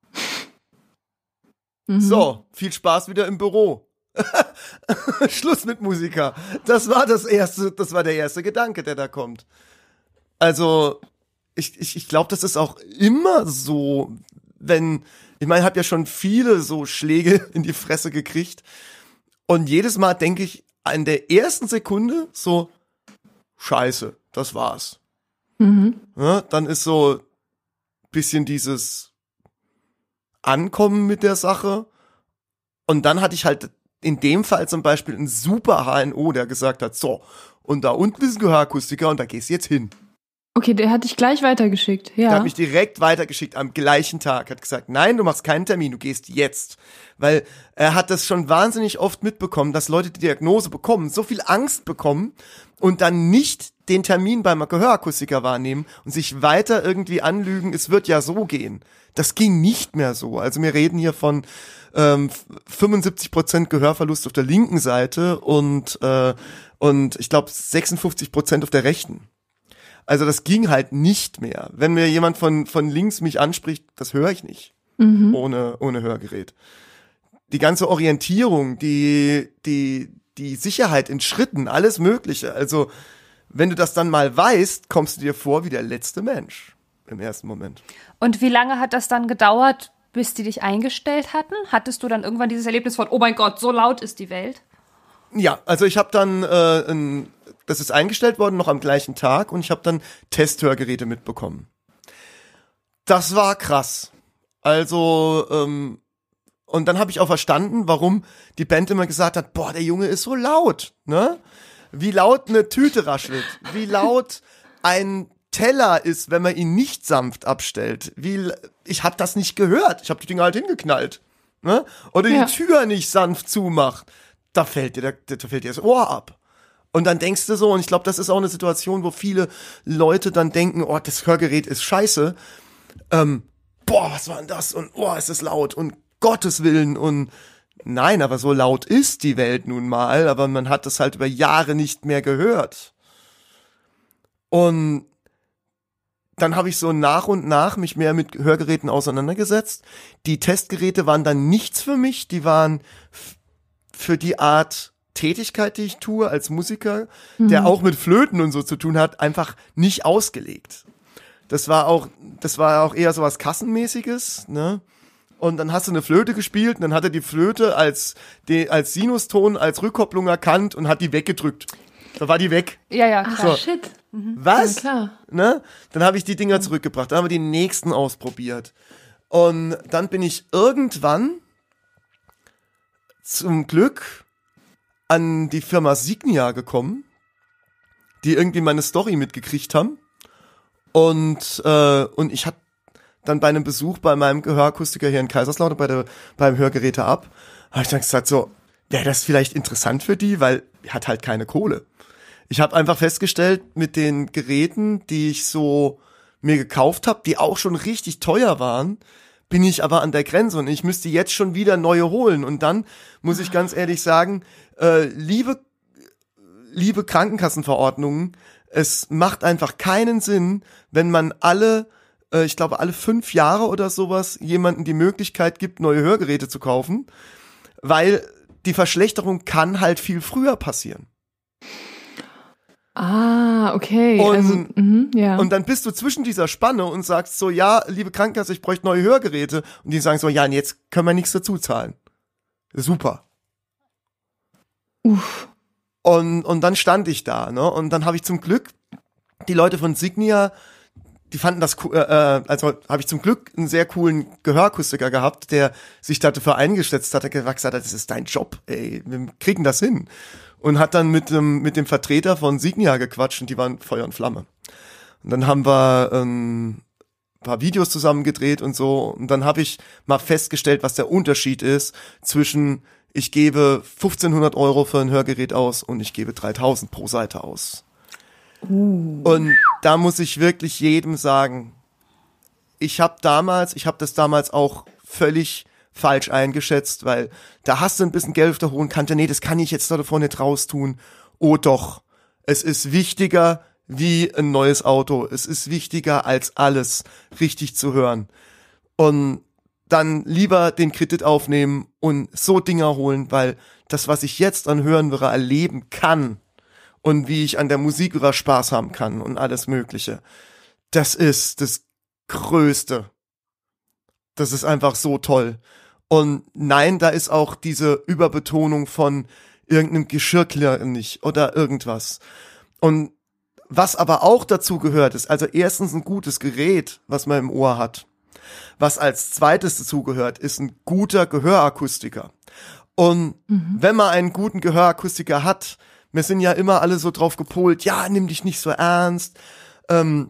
Speaker 3: Mhm. So, viel Spaß wieder im Büro. Schluss mit Musiker. Das war das erste, das war der erste Gedanke, der da kommt. Also, ich, ich, ich glaube, das ist auch immer so, wenn, ich meine, ich habe ja schon viele so Schläge in die Fresse gekriegt und jedes Mal denke ich in der ersten Sekunde so, Scheiße, das war's. Mhm. Ja, dann ist so bisschen dieses Ankommen mit der Sache und dann hatte ich halt in dem Fall zum Beispiel einen super H N O, der gesagt hat, so, und da unten ist ein Gehörakustiker und da gehst du jetzt hin.
Speaker 2: Okay, der hat dich gleich weitergeschickt, ja.
Speaker 3: Der hat mich direkt weitergeschickt am gleichen Tag. Hat gesagt, nein, du machst keinen Termin, du gehst jetzt. Weil er hat das schon wahnsinnig oft mitbekommen, dass Leute die Diagnose bekommen, so viel Angst bekommen und dann nicht den Termin beim Gehörakustiker wahrnehmen und sich weiter irgendwie anlügen, es wird ja so gehen. Das ging nicht mehr so. Also wir reden hier von ähm, fünfundsiebzig Prozent Gehörverlust auf der linken Seite und, äh, und ich glaube sechsundfünfzig Prozent auf der rechten. Also das ging halt nicht mehr. Wenn mir jemand von von links mich anspricht, das höre ich nicht. Mhm. Ohne ohne Hörgerät. Die ganze Orientierung, die die die Sicherheit in Schritten, alles Mögliche. Also wenn du das dann mal weißt, kommst du dir vor wie der letzte Mensch im ersten Moment.
Speaker 1: Und wie lange hat das dann gedauert, bis die dich eingestellt hatten? Hattest du dann irgendwann dieses Erlebnis von, oh mein Gott, so laut ist die Welt?
Speaker 3: Ja, also ich habe dann äh, ein Das ist eingestellt worden, noch am gleichen Tag, und ich habe dann Testhörgeräte mitbekommen. Das war krass. Also, ähm, und dann habe ich auch verstanden, warum die Band immer gesagt hat, boah, der Junge ist so laut, ne? Wie laut eine Tüte raschelt, wie laut ein Teller ist, wenn man ihn nicht sanft abstellt. Wie, ich habe das nicht gehört, ich habe die Dinger halt hingeknallt, ne? Oder die ja. Tür nicht sanft zumacht, da fällt dir, da, da fällt dir das Ohr ab. Und dann denkst du so, und ich glaube, das ist auch eine Situation, wo viele Leute dann denken, oh, das Hörgerät ist scheiße. Ähm, boah, was war denn das? Und oh, ist es laut. Und Gottes Willen. Und nein, aber so laut ist die Welt nun mal. Aber man hat das halt über Jahre nicht mehr gehört. Und dann habe ich so nach und nach mich mehr mit Hörgeräten auseinandergesetzt. Die Testgeräte waren dann nichts für mich. Die waren f- für die Art Tätigkeit, die ich tue als Musiker, mhm. der auch mit Flöten und so zu tun hat, einfach nicht ausgelegt. Das war auch, das war auch eher so was Kassenmäßiges, ne? Und dann hast du eine Flöte gespielt und dann hat er die Flöte als, die, als Sinuston, als Rückkopplung erkannt und hat die weggedrückt. Da war die weg.
Speaker 1: Ja, ja, klar.
Speaker 3: So.
Speaker 2: Ach, shit.
Speaker 1: Mhm.
Speaker 3: Was?
Speaker 2: Ja, klar.
Speaker 3: Ne? Dann habe ich die Dinger zurückgebracht. Dann haben wir die nächsten ausprobiert. Und dann bin ich irgendwann zum Glück an die Firma Signia gekommen, die irgendwie meine Story mitgekriegt haben. Und, äh, und ich hatte dann bei einem Besuch bei meinem Gehörakustiker hier in Kaiserslautern, bei der, beim Hörgeräte ab, habe ich dann gesagt so, wäre das vielleicht interessant für die, weil er hat halt keine Kohle. Ich habe einfach festgestellt, mit den Geräten, die ich so mir gekauft habe, die auch schon richtig teuer waren, bin ich aber an der Grenze und ich müsste jetzt schon wieder neue holen. Und dann muss ich ganz ehrlich sagen, äh, liebe, liebe Krankenkassenverordnungen, es macht einfach keinen Sinn, wenn man alle, äh, ich glaube alle fünf Jahre oder sowas, jemandem die Möglichkeit gibt, neue Hörgeräte zu kaufen, weil die Verschlechterung kann halt viel früher passieren.
Speaker 2: Ah, okay.
Speaker 3: Und,
Speaker 2: also, mh, ja.
Speaker 3: und dann bist du zwischen dieser Spanne und sagst so, ja, liebe Krankenkasse, ich bräuchte neue Hörgeräte. Und die sagen so, ja, und jetzt können wir nichts dazu zahlen. Super.
Speaker 2: Uff.
Speaker 3: Und, und dann stand ich da, ne? Und dann habe ich zum Glück die Leute von Signia, die fanden das cool, äh, also habe ich zum Glück einen sehr coolen Gehörakustiker gehabt, der sich dafür eingesetzt hat, der gesagt hat, das ist dein Job, ey, wir kriegen das hin. Und hat dann mit dem, mit dem Vertreter von Signia gequatscht und die waren Feuer und Flamme. Und dann haben wir ähm, ein paar Videos zusammen gedreht und so. Und dann habe ich mal festgestellt, was der Unterschied ist zwischen ich gebe fünfzehnhundert Euro für ein Hörgerät aus und ich gebe dreitausend pro Seite aus. Uh. Und da muss ich wirklich jedem sagen, ich habe damals, ich habe das damals auch völlig falsch eingeschätzt, weil da hast du ein bisschen Geld auf der hohen Kante. Nee, das kann ich jetzt davon nicht raus tun. Oh doch, es ist wichtiger wie ein neues Auto. Es ist wichtiger als alles richtig zu hören. Und dann lieber den Kredit aufnehmen und so Dinger holen, weil das, was ich jetzt an Hörenwirrer erleben kann und wie ich an der Musik über Spaß haben kann und alles Mögliche, das ist das Größte. Das ist einfach so toll. Und nein, da ist auch diese Überbetonung von irgendeinem Geschirrklirren nicht oder irgendwas. Und was aber auch dazu gehört ist, also erstens ein gutes Gerät, was man im Ohr hat. Was als zweites dazu gehört, ist ein guter Gehörakustiker. Und mhm. wenn man einen guten Gehörakustiker hat, wir sind ja immer alle so drauf gepolt, ja, nimm dich nicht so ernst, ähm,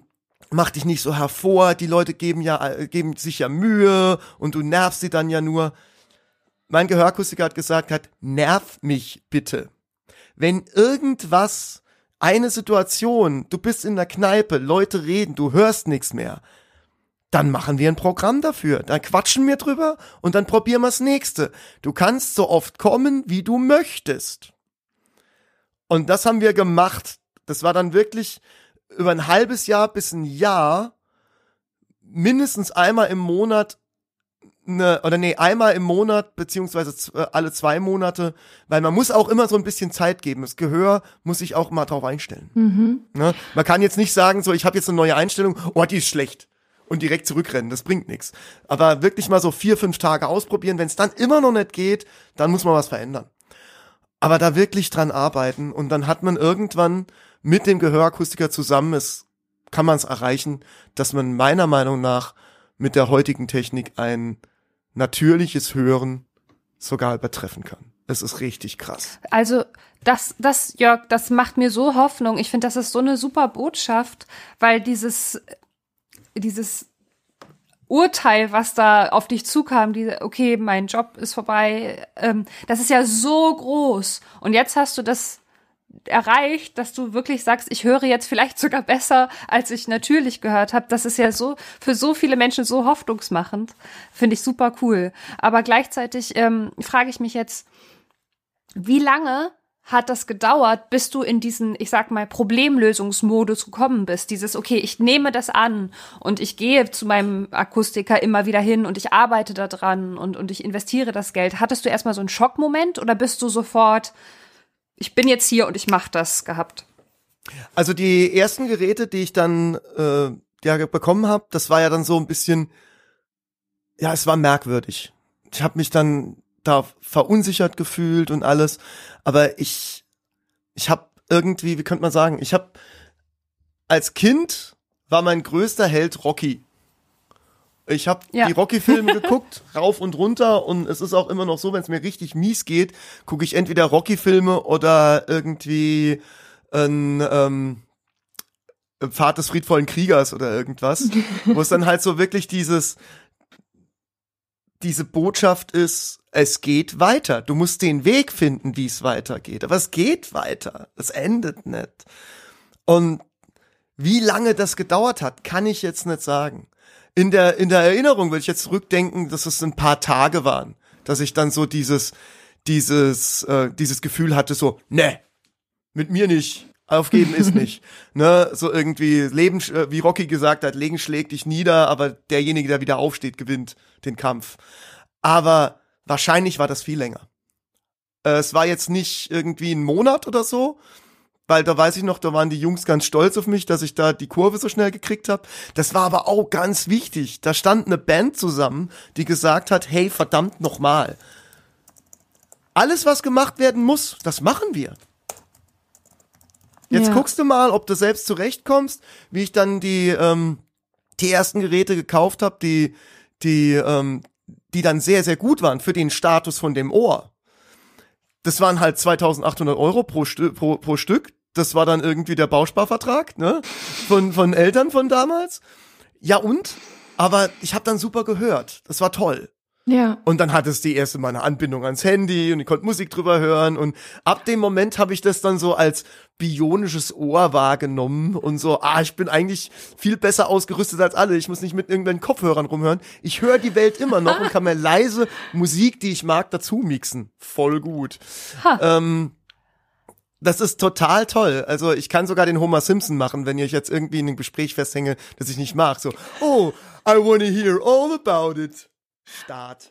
Speaker 3: mach dich nicht so hervor, die Leute geben ja, geben sich ja Mühe und du nervst sie dann ja nur. Mein Gehörakustiker hat gesagt, hat, nerv mich bitte. Wenn irgendwas, eine Situation, du bist in der Kneipe, Leute reden, du hörst nichts mehr, dann machen wir ein Programm dafür. Dann quatschen wir drüber und dann probieren wir das nächste. Du kannst so oft kommen, wie du möchtest. Und das haben wir gemacht. Das war dann wirklich über ein halbes Jahr bis ein Jahr mindestens einmal im Monat eine, oder nee, einmal im Monat beziehungsweise z- alle zwei Monate, weil man muss auch immer so ein bisschen Zeit geben. Das Gehör muss sich auch mal drauf einstellen.
Speaker 2: Mhm.
Speaker 3: Ne? Man kann jetzt nicht sagen, so ich habe jetzt eine neue Einstellung, oh, die ist schlecht und direkt zurückrennen, das bringt nichts. Aber wirklich mal so vier, fünf Tage ausprobieren, wenn es dann immer noch nicht geht, dann muss man was verändern. Aber da wirklich dran arbeiten und dann hat man irgendwann mit dem Gehörakustiker zusammen, es kann man es erreichen, dass man meiner Meinung nach mit der heutigen Technik ein natürliches Hören sogar übertreffen kann. Es ist richtig krass.
Speaker 1: Also das, das, Jörg, das macht mir so Hoffnung. Ich finde, das ist so eine super Botschaft, weil dieses, dieses Urteil, was da auf dich zukam, diese, okay, mein Job ist vorbei, ähm, das ist ja so groß. Und jetzt hast du das erreicht, dass du wirklich sagst, ich höre jetzt vielleicht sogar besser, als ich natürlich gehört habe. Das ist ja so für so viele Menschen so hoffnungsmachend. Finde ich super cool. Aber gleichzeitig ähm, frage ich mich jetzt, wie lange hat das gedauert, bis du in diesen, ich sag mal, Problemlösungsmodus gekommen bist? Dieses, okay, ich nehme das an und ich gehe zu meinem Akustiker immer wieder hin und ich arbeite da dran und, und ich investiere das Geld. Hattest du erstmal so einen Schockmoment oder bist du sofort, ich bin jetzt hier und ich mach das gehabt?
Speaker 3: Also die ersten Geräte, die ich dann äh, ja bekommen habe, das war ja dann so ein bisschen, ja, es war merkwürdig. Ich habe mich dann da verunsichert gefühlt und alles, aber ich ich habe irgendwie, wie könnte man sagen, ich habe als Kind war mein größter Held Rocky. Ich habe
Speaker 1: ja.
Speaker 3: die Rocky-Filme geguckt, rauf und runter, und es ist auch immer noch so, wenn es mir richtig mies geht, gucke ich entweder Rocky-Filme oder irgendwie ein ähm, Pfad des friedvollen Kriegers oder irgendwas, wo es dann halt so wirklich dieses diese Botschaft ist, es geht weiter. Du musst den Weg finden, wie es weitergeht. Aber es geht weiter. Es endet nicht. Und wie lange das gedauert hat, kann ich jetzt nicht sagen. In der, in der Erinnerung würde ich jetzt zurückdenken, dass es ein paar Tage waren, dass ich dann so dieses, dieses, äh, dieses Gefühl hatte, so, ne, mit mir nicht. Aufgeben ist nicht. Ne, so irgendwie Leben, wie Rocky gesagt hat, Leben schlägt dich nieder, aber derjenige, der wieder aufsteht, gewinnt den Kampf. Aber wahrscheinlich war das viel länger. Äh, es war jetzt nicht irgendwie ein Monat oder so, weil da weiß ich noch, da waren die Jungs ganz stolz auf mich, dass ich da die Kurve so schnell gekriegt habe. Das war aber auch ganz wichtig. Da stand eine Band zusammen, die gesagt hat, hey, verdammt nochmal. Alles, was gemacht werden muss, das machen wir. Jetzt ja. guckst du mal, ob du selbst zurechtkommst, wie ich dann die ähm, die ersten Geräte gekauft habe, die die ähm, die dann sehr, sehr gut waren für den Status von dem Ohr. Das waren halt zweitausendachthundert Euro pro, Stü- pro, pro Stück. Das war dann irgendwie der Bausparvertrag, ne, von von Eltern von damals. Ja und? Aber ich habe dann super gehört. Das war toll.
Speaker 2: Ja.
Speaker 3: Und dann hatte es die erste Mal eine Anbindung ans Handy und ich konnte Musik drüber hören, und ab dem Moment habe ich das dann so als bionisches Ohr wahrgenommen und so, ah, ich bin eigentlich viel besser ausgerüstet als alle, ich muss nicht mit irgendwelchen Kopfhörern rumhören, ich höre die Welt immer noch und kann mir leise Musik, die ich mag, dazu mixen. Voll gut. Ähm, das ist total toll. Also ich kann sogar den Homer Simpson machen, wenn ich jetzt irgendwie in einem Gespräch festhänge, das ich nicht mag. So, oh, I wanna hear all about it. Start.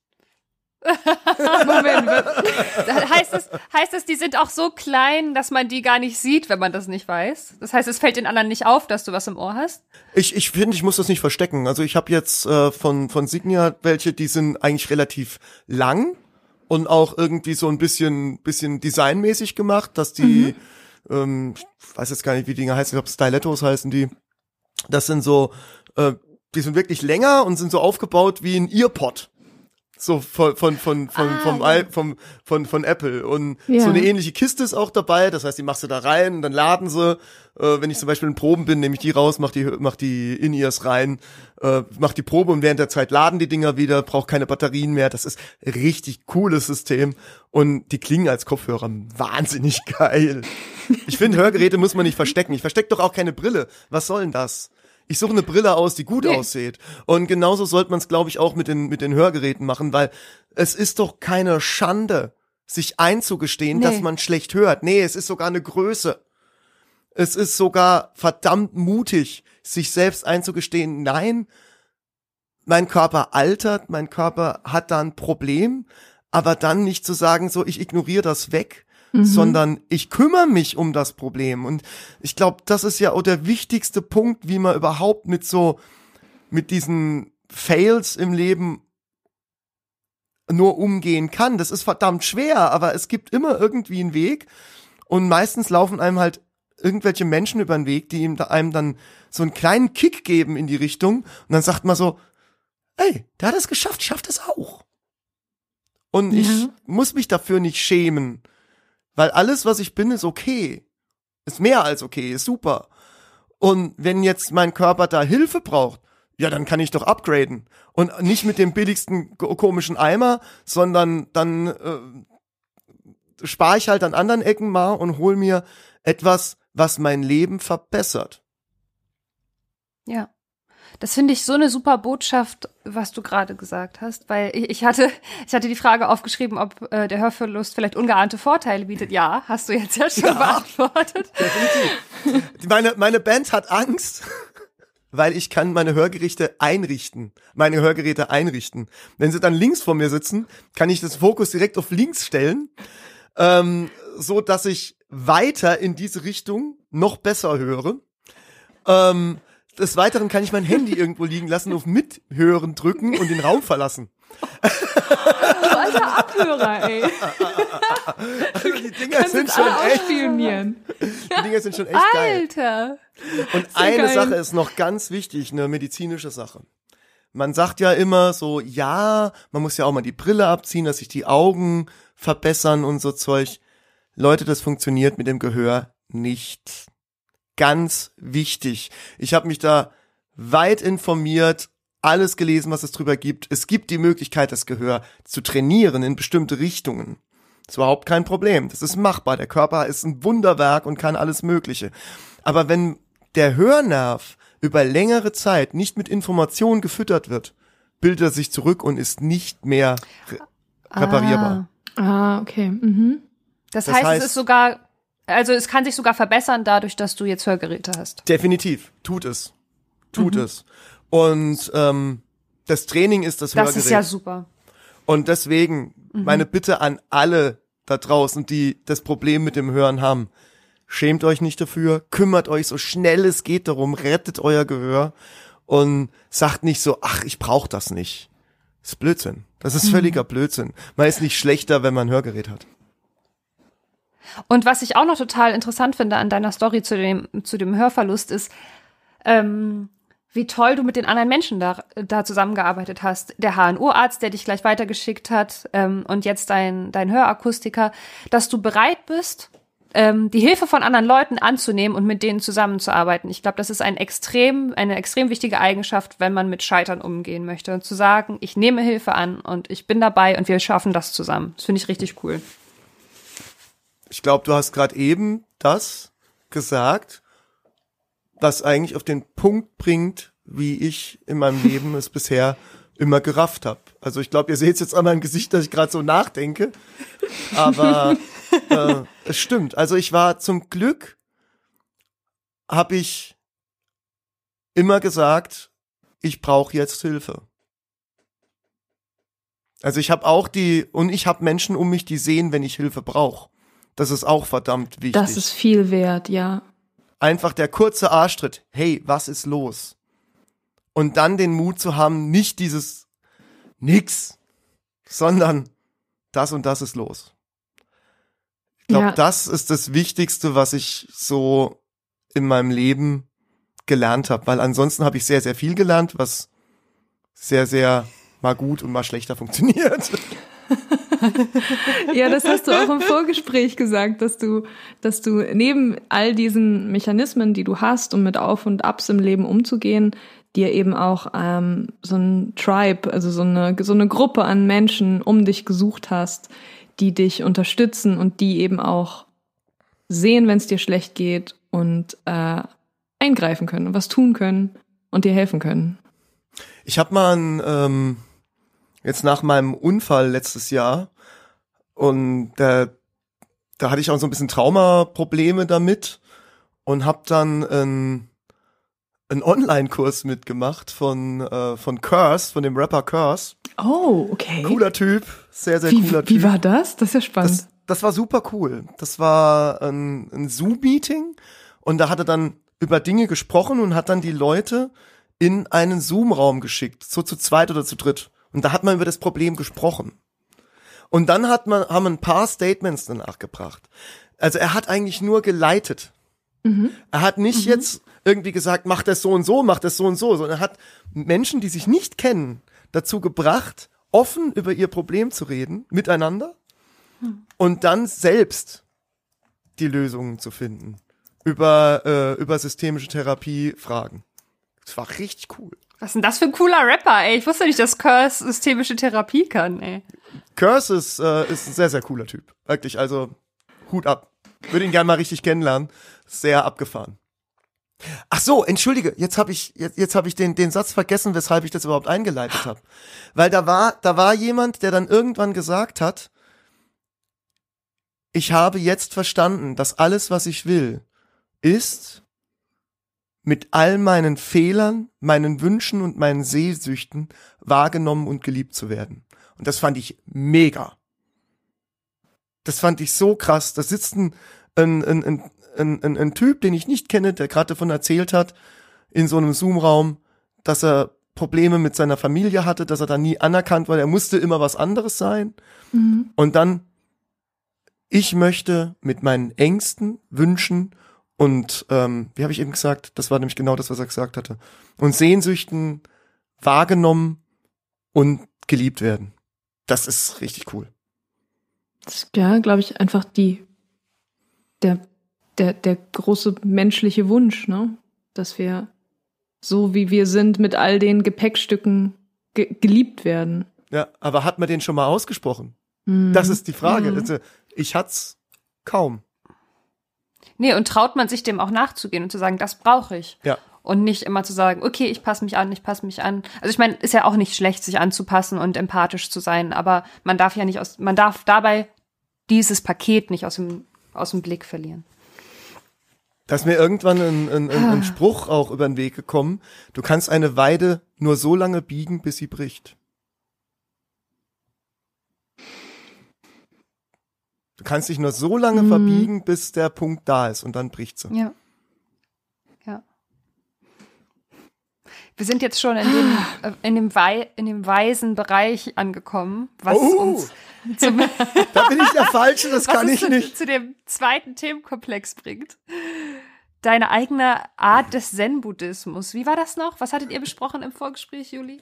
Speaker 1: Moment. heißt es, heißt es, die sind auch so klein, dass man die gar nicht sieht, wenn man das nicht weiß? Das heißt, es fällt den anderen nicht auf, dass du was im Ohr hast?
Speaker 3: Ich ich finde, ich muss das nicht verstecken. Also ich habe jetzt äh, von von Signia welche, die sind eigentlich relativ lang und auch irgendwie so ein bisschen bisschen designmäßig gemacht, dass die, mhm. ähm, ich weiß jetzt gar nicht, wie die Dinger heißen, ich glaube Stilettos heißen die. Das sind so, äh, die sind wirklich länger und sind so aufgebaut wie ein Earpod. So von von von von
Speaker 1: ah,
Speaker 3: vom,
Speaker 1: ja.
Speaker 3: I, vom von von Apple und
Speaker 2: Ja.
Speaker 3: so eine ähnliche Kiste ist auch dabei, das heißt, die machst du da rein und dann laden sie, äh, wenn ich zum Beispiel in Proben bin, nehme ich die raus, mach die mach die In-Ears rein, äh, mach die Probe und während der Zeit laden die Dinger wieder, braucht keine Batterien mehr, das ist ein richtig cooles System und die klingen als Kopfhörer wahnsinnig geil. Ich finde, Hörgeräte muss man nicht verstecken, ich verstecke doch auch keine Brille, was soll denn das? Ich suche eine Brille aus, die gut
Speaker 1: Nee.
Speaker 3: aussieht. Und genauso sollte man es, glaube ich, auch mit den mit den Hörgeräten machen, weil es ist doch keine Schande, sich einzugestehen,
Speaker 1: Nee.
Speaker 3: dass man schlecht hört. Nee, es ist sogar eine Größe. Es ist sogar verdammt mutig, sich selbst einzugestehen, nein, mein Körper altert, mein Körper hat da ein Problem, aber dann nicht zu sagen, so, ich ignoriere das weg, sondern ich kümmere mich um das Problem. Und ich glaube, das ist ja auch der wichtigste Punkt, wie man überhaupt mit so, mit diesen Fails im Leben nur umgehen kann. Das ist verdammt schwer, aber es gibt immer irgendwie einen Weg. Und meistens laufen einem halt irgendwelche Menschen über den Weg, die ihm, einem dann so einen kleinen Kick geben in die Richtung. Und dann sagt man so, ey, der hat es geschafft, ich schaff das auch. Und
Speaker 2: Ja.
Speaker 3: ich muss mich dafür nicht schämen. Weil alles, was ich bin, ist okay. Ist mehr als okay, ist super. Und wenn jetzt mein Körper da Hilfe braucht, ja, dann kann ich doch upgraden. Und nicht mit dem billigsten ko- komischen Eimer, sondern dann äh, spare ich halt an anderen Ecken mal und hol mir etwas, was mein Leben verbessert.
Speaker 1: Ja. Das finde ich so eine super Botschaft, was du gerade gesagt hast, weil ich, ich hatte ich hatte die Frage aufgeschrieben, ob äh, der Hörverlust vielleicht ungeahnte Vorteile bietet. Ja, hast du jetzt ja schon
Speaker 3: Ja.
Speaker 1: beantwortet.
Speaker 3: Definitiv. Meine, meine Band hat Angst, weil ich kann meine Hörgeräte einrichten, meine Hörgeräte einrichten. Wenn sie dann links vor mir sitzen, kann ich das Fokus direkt auf links stellen, ähm, so dass ich weiter in diese Richtung noch besser höre. Ähm, des Weiteren kann ich mein Handy irgendwo liegen lassen, auf Mithören drücken und den Raum verlassen.
Speaker 2: Du alter Abhörer, ey.
Speaker 3: Die Dinger
Speaker 2: Kannst
Speaker 3: sind
Speaker 2: jetzt
Speaker 3: schon
Speaker 2: alle
Speaker 3: echt,
Speaker 2: ausspionieren.
Speaker 3: die Dinger sind schon echt geil.
Speaker 1: Alter.
Speaker 3: Und
Speaker 2: so
Speaker 3: eine
Speaker 2: geil.
Speaker 3: Sache ist noch ganz wichtig, eine medizinische Sache. Man sagt ja immer so, ja, man muss ja auch mal die Brille abziehen, dass sich die Augen verbessern und so Zeug. Leute, das funktioniert mit dem Gehör nicht. Ganz wichtig. Ich habe mich da weit informiert, alles gelesen, was es drüber gibt. Es gibt die Möglichkeit, das Gehör zu trainieren in bestimmte Richtungen. Das ist überhaupt kein Problem. Das ist machbar. Der Körper ist ein Wunderwerk und kann alles Mögliche. Aber wenn der Hörnerv über längere Zeit nicht mit Informationen gefüttert wird, bildet er sich zurück und ist nicht mehr re reparierbar.
Speaker 2: Ah, okay. Mhm.
Speaker 1: Das,
Speaker 3: Das
Speaker 1: heißt,
Speaker 3: heißt-
Speaker 1: es ist sogar, also es kann sich sogar verbessern dadurch, dass du jetzt Hörgeräte hast.
Speaker 3: Definitiv. Tut es. Tut
Speaker 1: Mhm.
Speaker 3: es. Und ähm, das Training ist das Hörgerät.
Speaker 1: Das ist ja super.
Speaker 3: Und deswegen meine Bitte an alle da draußen, die das Problem mit dem Hören haben. Schämt euch nicht dafür, kümmert euch so schnell es geht darum, rettet euer Gehör und sagt nicht so, ach, ich brauche das nicht. Das ist Blödsinn. Das ist völliger Blödsinn. Man ist nicht schlechter, wenn man ein Hörgerät hat.
Speaker 1: Und was ich auch noch total interessant finde an deiner Story zu dem, zu dem Hörverlust ist, ähm, wie toll du mit den anderen Menschen da, da zusammengearbeitet hast. Der H N O-Arzt, der dich gleich weitergeschickt hat, ähm, und jetzt dein, dein Hörakustiker, dass du bereit bist, ähm, die Hilfe von anderen Leuten anzunehmen und mit denen zusammenzuarbeiten. Ich glaube, das ist ein extrem, eine extrem wichtige Eigenschaft, wenn man mit Scheitern umgehen möchte. Und zu sagen, ich nehme Hilfe an und ich bin dabei und wir schaffen das zusammen. Das finde ich richtig cool.
Speaker 3: Ich glaube, du hast gerade eben das gesagt, was eigentlich auf den Punkt bringt, wie ich in meinem Leben es bisher immer gerafft habe. Also ich glaube, ihr seht jetzt an meinem Gesicht, dass ich gerade so nachdenke. Aber äh, es stimmt. Also ich war zum Glück, habe ich immer gesagt, ich brauche jetzt Hilfe. Also ich habe auch die, und ich habe Menschen um mich, die sehen, wenn ich Hilfe brauche. Das ist auch verdammt wichtig.
Speaker 2: Das ist viel wert, ja.
Speaker 3: Einfach der kurze Arschtritt. Hey, was ist los? Und dann den Mut zu haben, nicht dieses nix, sondern das und das ist los. Ich glaube,
Speaker 2: Ja.
Speaker 3: das ist das Wichtigste, was ich so in meinem Leben gelernt habe. Weil ansonsten habe ich sehr, sehr viel gelernt, was sehr, sehr mal gut und mal schlechter funktioniert.
Speaker 2: Ja, das hast du auch im Vorgespräch gesagt, dass du, dass du neben all diesen Mechanismen, die du hast, um mit Auf und Abs im Leben umzugehen, dir eben auch ähm, so ein Tribe, also so eine so eine Gruppe an Menschen um dich gesucht hast, die dich unterstützen und die eben auch sehen, wenn es dir schlecht geht und äh, eingreifen können und was tun können und dir helfen können.
Speaker 3: Ich habe mal ein, ähm, jetzt nach meinem Unfall letztes Jahr und da, da hatte ich auch so ein bisschen Traumaprobleme damit und habe dann ein einen Online-Kurs mitgemacht von äh, von Curse, von dem Rapper Curse.
Speaker 2: Oh, okay.
Speaker 3: Cooler Typ, sehr, sehr
Speaker 2: wie,
Speaker 3: cooler Typ.
Speaker 2: Wie war das? Das ist ja spannend.
Speaker 3: Das, das war super cool. Das war ein, ein Zoom-Meeting und da hat er dann über Dinge gesprochen und hat dann die Leute in einen Zoom-Raum geschickt, so zu zweit oder zu dritt. Und da hat man über das Problem gesprochen. Und dann hat man, haben ein paar Statements danach gebracht. Also er hat eigentlich nur geleitet. Mhm. Er hat nicht mhm. jetzt irgendwie gesagt, mach das so und so, mach das so und so, sondern er hat Menschen, die sich nicht kennen, dazu gebracht, offen über ihr Problem zu reden, miteinander, mhm. und dann selbst die Lösungen zu finden. Über, äh, über systemische Therapiefragen. Das war richtig cool.
Speaker 1: Was ist denn das für ein cooler Rapper, ey? Ich wusste nicht, dass Curse systemische Therapie kann, ey.
Speaker 3: Curse ist, äh, ist ein sehr, sehr cooler Typ. Wirklich, also Hut ab. Würde ihn gerne mal richtig kennenlernen. Sehr abgefahren. Ach so, entschuldige, jetzt habe ich jetzt, jetzt habe ich den den Satz vergessen, weshalb ich das überhaupt eingeleitet habe. Weil da war da war jemand, der dann irgendwann gesagt hat, ich habe jetzt verstanden, dass alles, was ich will, ist mit all meinen Fehlern, meinen Wünschen und meinen Sehnsüchten wahrgenommen und geliebt zu werden. Und das fand ich mega. Das fand ich so krass. Da sitzt ein, ein, ein, ein, ein, ein, ein Typ, den ich nicht kenne, der gerade davon erzählt hat, in so einem Zoom-Raum, dass er Probleme mit seiner Familie hatte, dass er da nie anerkannt war. Er musste immer was anderes sein. Mhm. Und dann, ich möchte mit meinen Ängsten, Wünschen und, ähm, wie habe ich eben gesagt, das war nämlich genau das, was er gesagt hatte, und Sehnsüchten wahrgenommen und geliebt werden. Das ist richtig cool.
Speaker 2: Das ist, ja, glaube ich, einfach die, der, der, der große menschliche Wunsch, ne? Dass wir so, wie wir sind, mit all den Gepäckstücken ge- geliebt werden.
Speaker 3: Ja, aber hat man den schon mal ausgesprochen?
Speaker 2: Mhm.
Speaker 3: Das ist die Frage.
Speaker 2: Ja.
Speaker 3: Also, ich hat's kaum.
Speaker 1: Nee, und traut man sich dem auch nachzugehen und zu sagen, das brauche ich.
Speaker 3: Ja.
Speaker 1: Und nicht immer zu sagen, okay, ich passe mich an, ich passe mich an. Also ich meine, ist ja auch nicht schlecht, sich anzupassen und empathisch zu sein, aber man darf ja nicht aus, man darf dabei dieses Paket nicht aus dem, aus dem Blick verlieren.
Speaker 3: Da ist mir irgendwann ein, ein, ein, ein Spruch auch über den Weg gekommen. Du kannst eine Weide nur so lange biegen, bis sie bricht. Du kannst dich nur so lange mhm. verbiegen, bis der Punkt da ist und dann bricht sie.
Speaker 1: Ja. Ja. Wir sind jetzt schon in dem, in dem, Wei- in dem weisen Bereich angekommen, was
Speaker 3: oh,
Speaker 1: uns zum
Speaker 3: da bin ich der Falsche, das kann ich
Speaker 1: zu,
Speaker 3: nicht.
Speaker 1: zu dem zweiten Themenkomplex bringt. Deine eigene Art des Zen-Buddhismus. Wie war das noch? Was hattet ihr besprochen im Vorgespräch, Juli?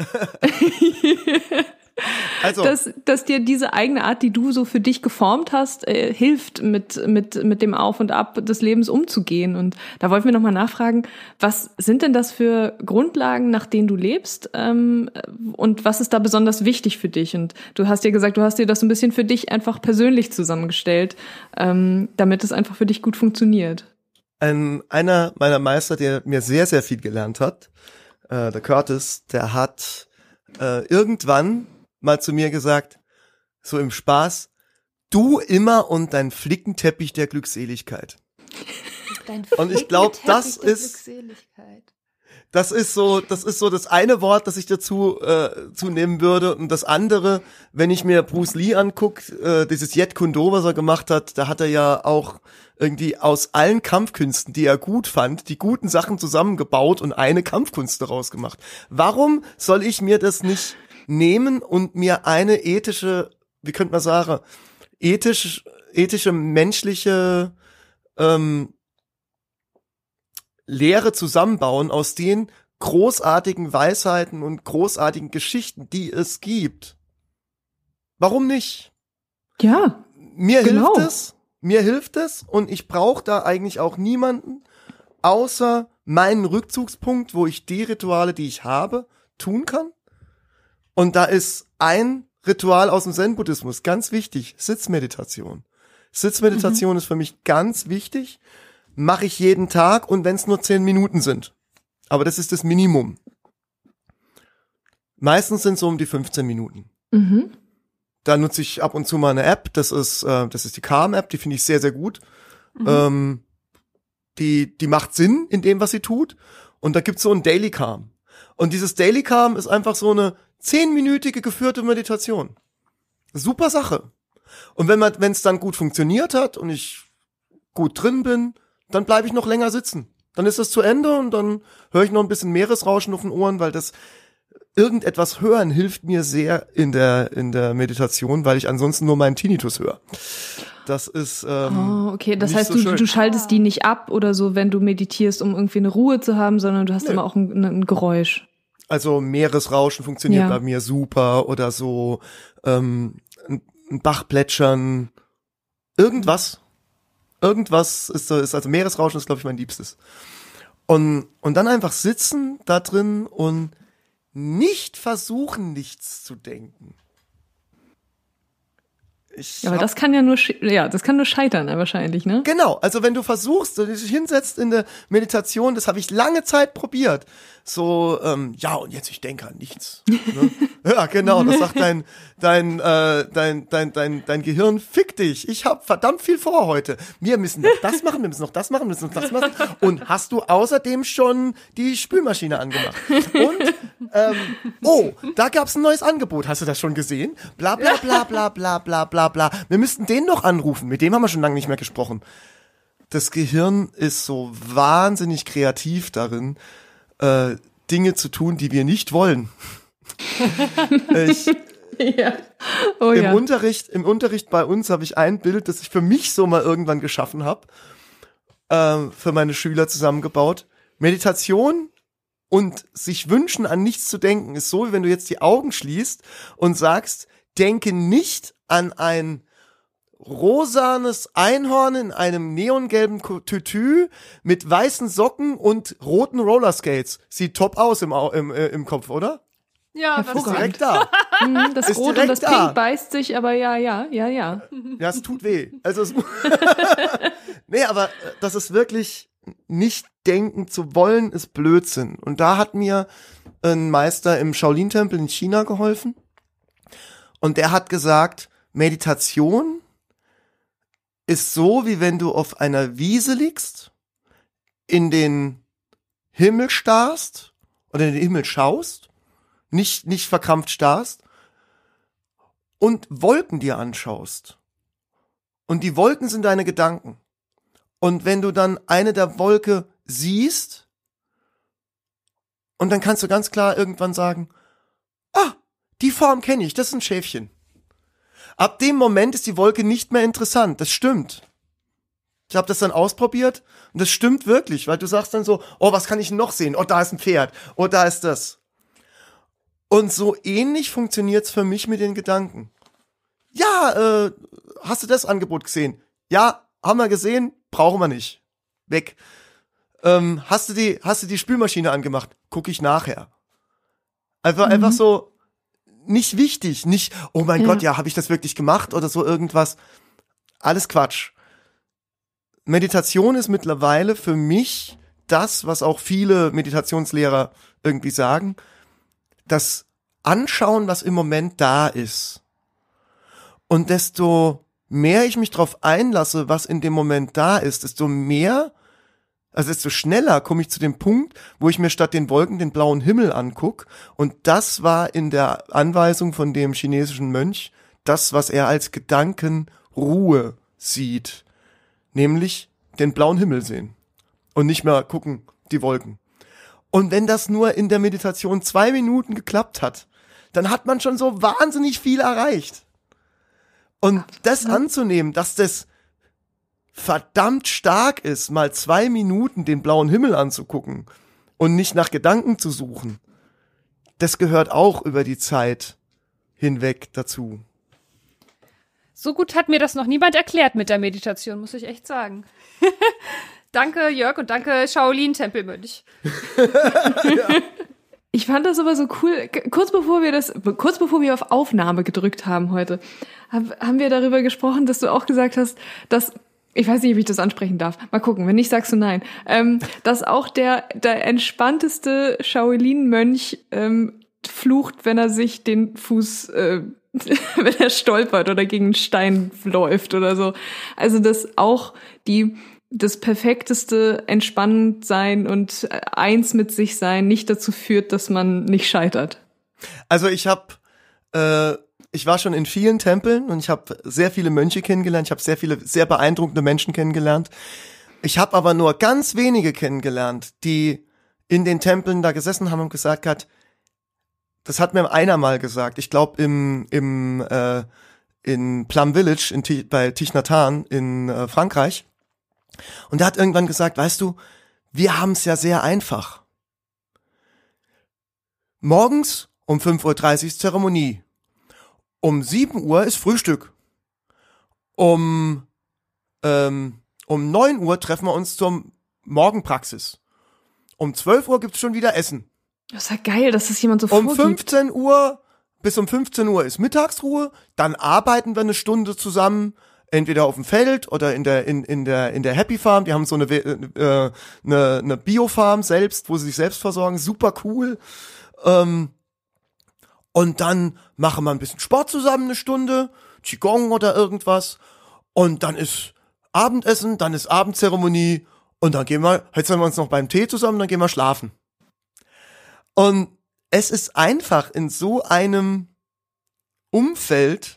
Speaker 2: Also. Dass, dass dir diese eigene Art, die du so für dich geformt hast, äh, hilft, mit, mit, mit dem Auf und Ab des Lebens umzugehen. Und da wollten wir nochmal nachfragen, was sind denn das für Grundlagen, nach denen du lebst? Ähm, und was ist da besonders wichtig für dich? Und du hast dir gesagt, du hast dir das ein bisschen für dich einfach persönlich zusammengestellt, ähm, damit es einfach für dich gut funktioniert.
Speaker 3: Ein, einer meiner Meister, der mir sehr, sehr viel gelernt hat, äh, der Curtis, der hat äh, irgendwann mal zu mir gesagt, so im Spaß, du immer und dein Flickenteppich der Glückseligkeit.
Speaker 1: Dein
Speaker 3: und ich glaube, das ist das ist so, das ist so das eine Wort, das ich dazu äh, zunehmen würde, und das andere, wenn ich mir Bruce Lee angucke, äh, dieses Jet Kundo, was er gemacht hat, da hat er ja auch irgendwie aus allen Kampfkünsten, die er gut fand, die guten Sachen zusammengebaut und eine Kampfkunst daraus gemacht. Warum soll ich mir das nicht nehmen und mir eine ethische, wie könnte man sagen, ethisch, ethische, menschliche ähm, Lehre zusammenbauen aus den großartigen Weisheiten und großartigen Geschichten, die es gibt. Warum nicht?
Speaker 2: Ja,
Speaker 3: mir
Speaker 2: genau.
Speaker 3: hilft es, mir hilft es und ich brauche da eigentlich auch niemanden, außer meinen Rückzugspunkt, wo ich die Rituale, die ich habe, tun kann. Und da ist ein Ritual aus dem Zen-Buddhismus ganz wichtig, Sitzmeditation. Sitzmeditation mhm. ist für mich ganz wichtig, mache ich jeden Tag und wenn es nur zehn Minuten sind. Aber das ist das Minimum. Meistens sind es so um die fünfzehn Minuten.
Speaker 2: Mhm.
Speaker 3: Da nutze ich ab und zu mal eine App, das ist äh, das ist die Calm-App, die finde ich sehr, sehr gut. Mhm. Ähm, die die macht Sinn in dem, was sie tut. Und da gibt's so ein Daily Calm. Und dieses Daily Calm ist einfach so eine zehnminütige geführte Meditation. Super Sache. Und wenn man, wenn es dann gut funktioniert hat und ich gut drin bin, dann bleibe ich noch länger sitzen. Dann ist das zu Ende und dann höre ich noch ein bisschen Meeresrauschen auf den Ohren, weil das irgendetwas hören hilft mir sehr in der in der Meditation, weil ich ansonsten nur meinen Tinnitus höre. Das ist ähm,
Speaker 2: oh, okay. Das
Speaker 3: nicht
Speaker 2: heißt,
Speaker 3: so
Speaker 2: du,
Speaker 3: schön.
Speaker 2: du schaltest die nicht ab oder so, wenn du meditierst, um irgendwie eine Ruhe zu haben, sondern du hast
Speaker 3: Nee.
Speaker 2: immer auch ein, ein Geräusch.
Speaker 3: Also Meeresrauschen funktioniert
Speaker 2: Ja.
Speaker 3: bei mir super oder so ähm, ein, ein Bach plätschern, irgendwas. Irgendwas ist so, ist also Meeresrauschen ist, glaube ich, mein Liebstes. Und, und dann einfach sitzen da drin und nicht versuchen, nichts zu denken. Ich
Speaker 2: Ja, aber
Speaker 3: hab-
Speaker 2: das kann ja nur, sche- ja, das kann nur scheitern, ja, wahrscheinlich, ne?
Speaker 3: Genau, also wenn du versuchst, du dich hinsetzt in der Meditation, das habe ich lange Zeit probiert. So, ähm, ja, und jetzt ich denke an nichts. Ne? Ja, genau, das sagt dein, dein, äh, dein, dein, dein, dein Gehirn, fick dich, ich habe verdammt viel vor heute. Wir müssen noch das machen, wir müssen noch das machen, wir müssen noch das machen. Und hast du außerdem schon die Spülmaschine angemacht? Und, ähm, oh, da gab's ein neues Angebot, hast du das schon gesehen? Bla bla bla bla bla bla bla bla. Wir müssten den noch anrufen, mit dem haben wir schon lange nicht mehr gesprochen. Das Gehirn ist so wahnsinnig kreativ darin, äh, Dinge zu tun, die wir nicht wollen. ich,
Speaker 2: Ja. Oh
Speaker 3: im
Speaker 2: ja.
Speaker 3: Unterricht, im Unterricht bei uns habe ich ein Bild, das ich für mich so mal irgendwann geschaffen habe, äh, für meine Schüler zusammengebaut. Meditation und sich wünschen, an nichts zu denken, ist so, wie wenn du jetzt die Augen schließt und sagst, denke nicht an ein rosanes Einhorn in einem neongelben Tütü mit weißen Socken und roten Rollerskates. Sieht top aus im, Au- im, äh, im Kopf, oder?
Speaker 1: Ja,
Speaker 3: Ist
Speaker 2: Hervorragend.
Speaker 3: direkt da.
Speaker 2: Mhm, das
Speaker 3: Ist
Speaker 2: Rot und
Speaker 3: direkt
Speaker 2: das
Speaker 3: da.
Speaker 2: Pink beißt sich, aber ja, ja, ja, ja.
Speaker 3: Ja, es tut weh. Also es nee, aber äh, das ist wirklich nicht denken zu wollen, ist Blödsinn. Und da hat mir ein Meister im Shaolin-Tempel in China geholfen. Und der hat gesagt, Meditation ist so, wie wenn du auf einer Wiese liegst, in den Himmel starrst oder in den Himmel schaust, nicht, nicht verkrampft starrst und Wolken dir anschaust. Und die Wolken sind deine Gedanken. Und wenn du dann eine der Wolke siehst, und dann kannst du ganz klar irgendwann sagen, ah, die Form kenne ich, das ist ein Schäfchen. Ab dem Moment ist die Wolke nicht mehr interessant, das stimmt. Ich habe das dann ausprobiert und das stimmt wirklich, weil du sagst dann so, oh, was kann ich noch sehen? Oh, da ist ein Pferd, oh, da ist das. Und so ähnlich funktioniert's für mich mit den Gedanken. Ja, äh, hast du das Angebot gesehen? Ja, haben wir gesehen, brauchen wir nicht. Weg. Ähm, hast du die, hast du die Spülmaschine angemacht? Guck ich nachher. Einfach,
Speaker 2: Mhm.
Speaker 3: einfach so, nicht wichtig, nicht, oh mein
Speaker 2: Ja.
Speaker 3: Gott, ja, habe ich das wirklich gemacht oder so irgendwas. Alles Quatsch. Meditation ist mittlerweile für mich das, was auch viele Meditationslehrer irgendwie sagen, das Anschauen, was im Moment da ist. Und desto mehr ich mich darauf einlasse, was in dem Moment da ist, desto mehr, also desto schneller komme ich zu dem Punkt, wo ich mir statt den Wolken den blauen Himmel anguck. Und das war in der Anweisung von dem chinesischen Mönch das, was er als Gedankenruhe sieht. Nämlich den blauen Himmel sehen. Und nicht mehr gucken, die Wolken. Und wenn das nur in der Meditation zwei Minuten geklappt hat, dann hat man schon so wahnsinnig viel erreicht. Und das anzunehmen, dass das verdammt stark ist, mal zwei Minuten den blauen Himmel anzugucken und nicht nach Gedanken zu suchen, das gehört auch über die Zeit hinweg dazu.
Speaker 1: So gut hat mir das noch niemand erklärt mit der Meditation, muss ich echt sagen. Danke, Jörg, und danke, Shaolin-Tempelmönch.
Speaker 2: Ja. Ich fand das aber so cool. Kurz bevor wir das, kurz bevor wir auf Aufnahme gedrückt haben heute, haben wir darüber gesprochen, dass du auch gesagt hast, dass, ich weiß nicht, ob ich das ansprechen darf. Mal gucken, wenn nicht, sagst du nein. Ähm, dass auch der, der entspannteste Shaolin-Mönch ähm, flucht, wenn er sich den Fuß, äh, wenn er stolpert oder gegen einen Stein läuft oder so. Also, dass auch die, das perfekteste entspannt sein und eins mit sich sein nicht dazu führt, dass man nicht scheitert.
Speaker 3: Also ich habe, äh, ich war schon in vielen Tempeln und ich habe sehr viele Mönche kennengelernt. Ich habe sehr viele sehr beeindruckende Menschen kennengelernt. Ich habe aber nur ganz wenige kennengelernt, die in den Tempeln da gesessen haben und gesagt hat, das hat mir einer mal gesagt. Ich glaube im im äh, in Plum Village in T- bei Thich Nhat Hanh in äh, Frankreich. Und er hat irgendwann gesagt, weißt du, wir haben es ja sehr einfach. Morgens um fünf Uhr dreißig ist Zeremonie. Um sieben Uhr ist Frühstück. Um, ähm, um neun Uhr treffen wir uns zur Morgenpraxis. Um zwölf Uhr gibt's schon wieder Essen.
Speaker 2: Das ist ja geil, dass das jemand so
Speaker 3: um
Speaker 2: vorgibt.
Speaker 3: Um fünfzehn Uhr, bis um fünfzehn Uhr ist Mittagsruhe, dann arbeiten wir eine Stunde zusammen, entweder auf dem Feld oder in der in in der in der Happy Farm. Die haben so eine äh, eine, eine Biofarm selbst, wo sie sich selbst versorgen. Super cool. Ähm, und dann machen wir ein bisschen Sport zusammen, eine Stunde, Qigong oder irgendwas. Und dann ist Abendessen, dann ist Abendzeremonie und dann gehen wir, jetzt sind wir uns noch beim Tee zusammen, dann gehen wir schlafen. Und es ist einfach in so einem Umfeld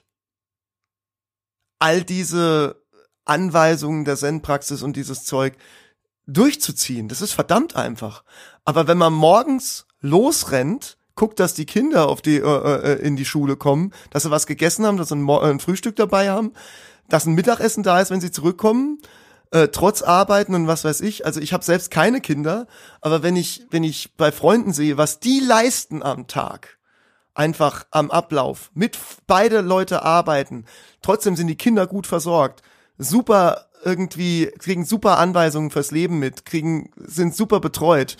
Speaker 3: all diese Anweisungen der Zen-Praxis und dieses Zeug durchzuziehen. Das ist verdammt einfach. Aber wenn man morgens losrennt, guckt, dass die Kinder auf die äh, in die Schule kommen, dass sie was gegessen haben, dass sie ein, Mo- ein Frühstück dabei haben, dass ein Mittagessen da ist, wenn sie zurückkommen, äh, trotz Arbeiten und was weiß ich. Also ich habe selbst keine Kinder, aber wenn ich wenn ich bei Freunden sehe, was die leisten am Tag, einfach am Ablauf, mit beide Leute arbeiten, trotzdem sind die Kinder gut versorgt, super irgendwie, kriegen super Anweisungen fürs Leben mit, kriegen, sind super betreut.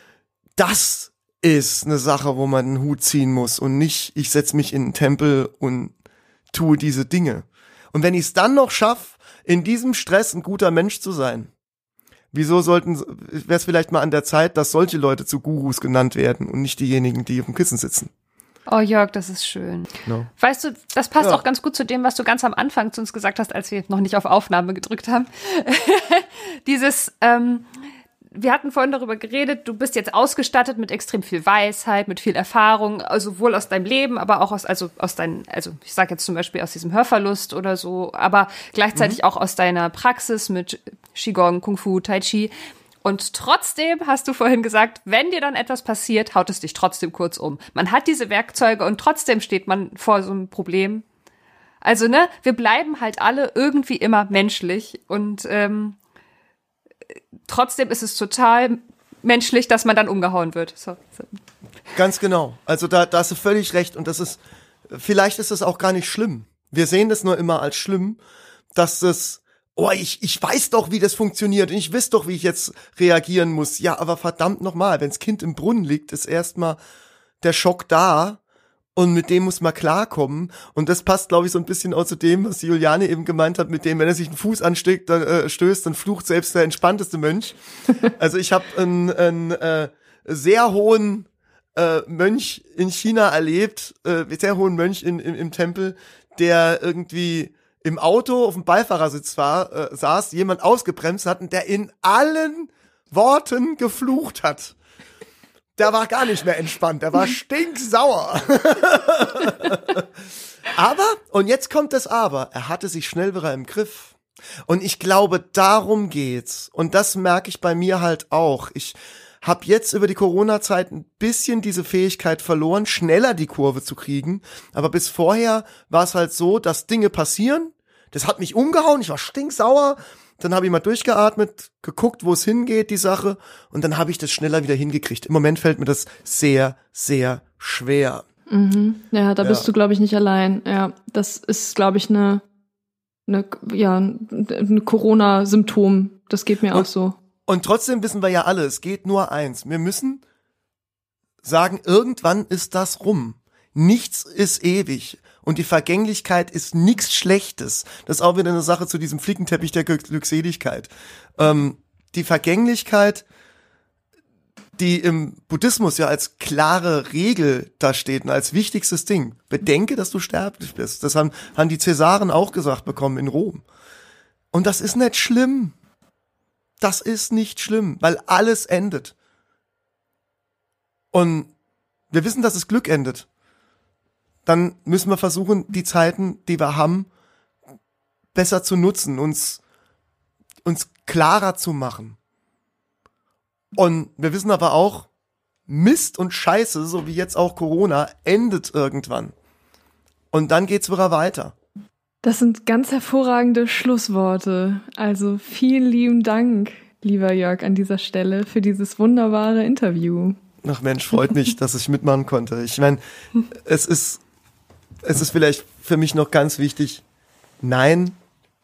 Speaker 3: Das ist eine Sache, wo man einen Hut ziehen muss und nicht, ich setze mich in einen Tempel und tue diese Dinge. Und wenn ich es dann noch schaffe, in diesem Stress ein guter Mensch zu sein, wieso sollten, wäre es vielleicht mal an der Zeit, dass solche Leute zu Gurus genannt werden und nicht diejenigen, die auf dem Kissen sitzen.
Speaker 1: Oh Jörg, das ist schön.
Speaker 3: No.
Speaker 1: Weißt du, das passt
Speaker 3: Ja.
Speaker 1: auch ganz gut zu dem, was du ganz am Anfang zu uns gesagt hast, als wir noch nicht auf Aufnahme gedrückt haben. Dieses, ähm, wir hatten vorhin darüber geredet, du bist jetzt ausgestattet mit extrem viel Weisheit, mit viel Erfahrung, also sowohl aus deinem Leben, aber auch aus, also aus deinen, also ich sage jetzt zum Beispiel aus diesem Hörverlust oder so, aber gleichzeitig mhm. auch aus deiner Praxis mit Qigong, Kung Fu, Tai Chi. Und trotzdem hast du vorhin gesagt, wenn dir dann etwas passiert, haut es dich trotzdem kurz um. Man hat diese Werkzeuge und trotzdem steht man vor so einem Problem. Also, ne, wir bleiben halt alle irgendwie immer menschlich und ähm, trotzdem ist es total menschlich, dass man dann umgehauen wird. So, so.
Speaker 3: Ganz genau. Also da, da hast du völlig recht. Und das ist, vielleicht ist es auch gar nicht schlimm. Wir sehen das nur immer als schlimm, dass das oh, ich, ich weiß doch, wie das funktioniert und ich weiß doch, wie ich jetzt reagieren muss. Ja, aber verdammt nochmal, wenns Kind im Brunnen liegt, ist erstmal der Schock da und mit dem muss man klarkommen. Und das passt, glaube ich, so ein bisschen auch zu dem, was Juliane eben gemeint hat, mit dem, wenn er sich einen Fuß ansteckt, dann äh, stößt, dann flucht selbst der entspannteste Mönch. Also ich habe einen, einen äh, sehr hohen äh, Mönch in China erlebt, äh, sehr hohen Mönch in, im, im Tempel, der irgendwie im Auto auf dem Beifahrersitz war, äh, saß, jemand ausgebremst hat und der in allen Worten geflucht hat. Der war gar nicht mehr entspannt, der war stinksauer. Aber, und jetzt kommt das Aber, er hatte sich schnell wieder im Griff. Und ich glaube, darum geht's. Und das merke ich bei mir halt auch. Ich habe jetzt über die Corona-Zeit ein bisschen diese Fähigkeit verloren, schneller die Kurve zu kriegen. Aber bis vorher war es halt so, dass Dinge passieren. Das hat mich umgehauen, ich war stinksauer. dann habe ich mal durchgeatmet, geguckt, wo es hingeht, die Sache, und dann habe ich das schneller wieder hingekriegt. Im Moment fällt mir das sehr, sehr schwer.
Speaker 2: Mhm. Ja, da ja. bist du, glaube ich, nicht allein. Ja, das ist, glaube ich, eine, eine, ja, ein Corona-Symptom. Das geht mir
Speaker 3: und,
Speaker 2: auch so.
Speaker 3: Und trotzdem wissen wir ja alle, es geht nur eins. Wir müssen sagen, irgendwann ist das rum. Nichts ist ewig. Und die Vergänglichkeit ist nichts Schlechtes. Das ist auch wieder eine Sache zu diesem Flickenteppich der Glückseligkeit. Ähm, die Vergänglichkeit, die im Buddhismus ja als klare Regel da steht und als wichtigstes Ding. Bedenke, dass du sterblich bist. Das haben, haben die Cäsaren auch gesagt bekommen in Rom. Und das ist nicht schlimm. Das ist nicht schlimm, weil alles endet. Und wir wissen, dass es Glück endet. Dann müssen wir versuchen, die Zeiten, die wir haben, besser zu nutzen, uns, uns klarer zu machen. Und wir wissen aber auch, Mist und Scheiße, so wie jetzt auch Corona, endet irgendwann. Und dann geht's wieder weiter.
Speaker 2: Das sind ganz hervorragende Schlussworte. Also vielen lieben Dank, lieber Jörg, an dieser Stelle für dieses wunderbare Interview.
Speaker 3: Ach Mensch, freut mich, dass ich mitmachen konnte. Ich meine, es ist Es ist vielleicht für mich noch ganz wichtig, nein,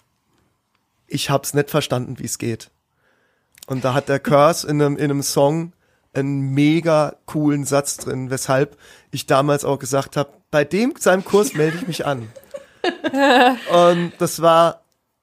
Speaker 3: ich hab's nicht verstanden, wie es geht. Und da hat der Curse in einem, in einem Song einen mega coolen Satz drin, weshalb ich damals auch gesagt habe, bei dem seinem Kurs melde ich mich an. Und das war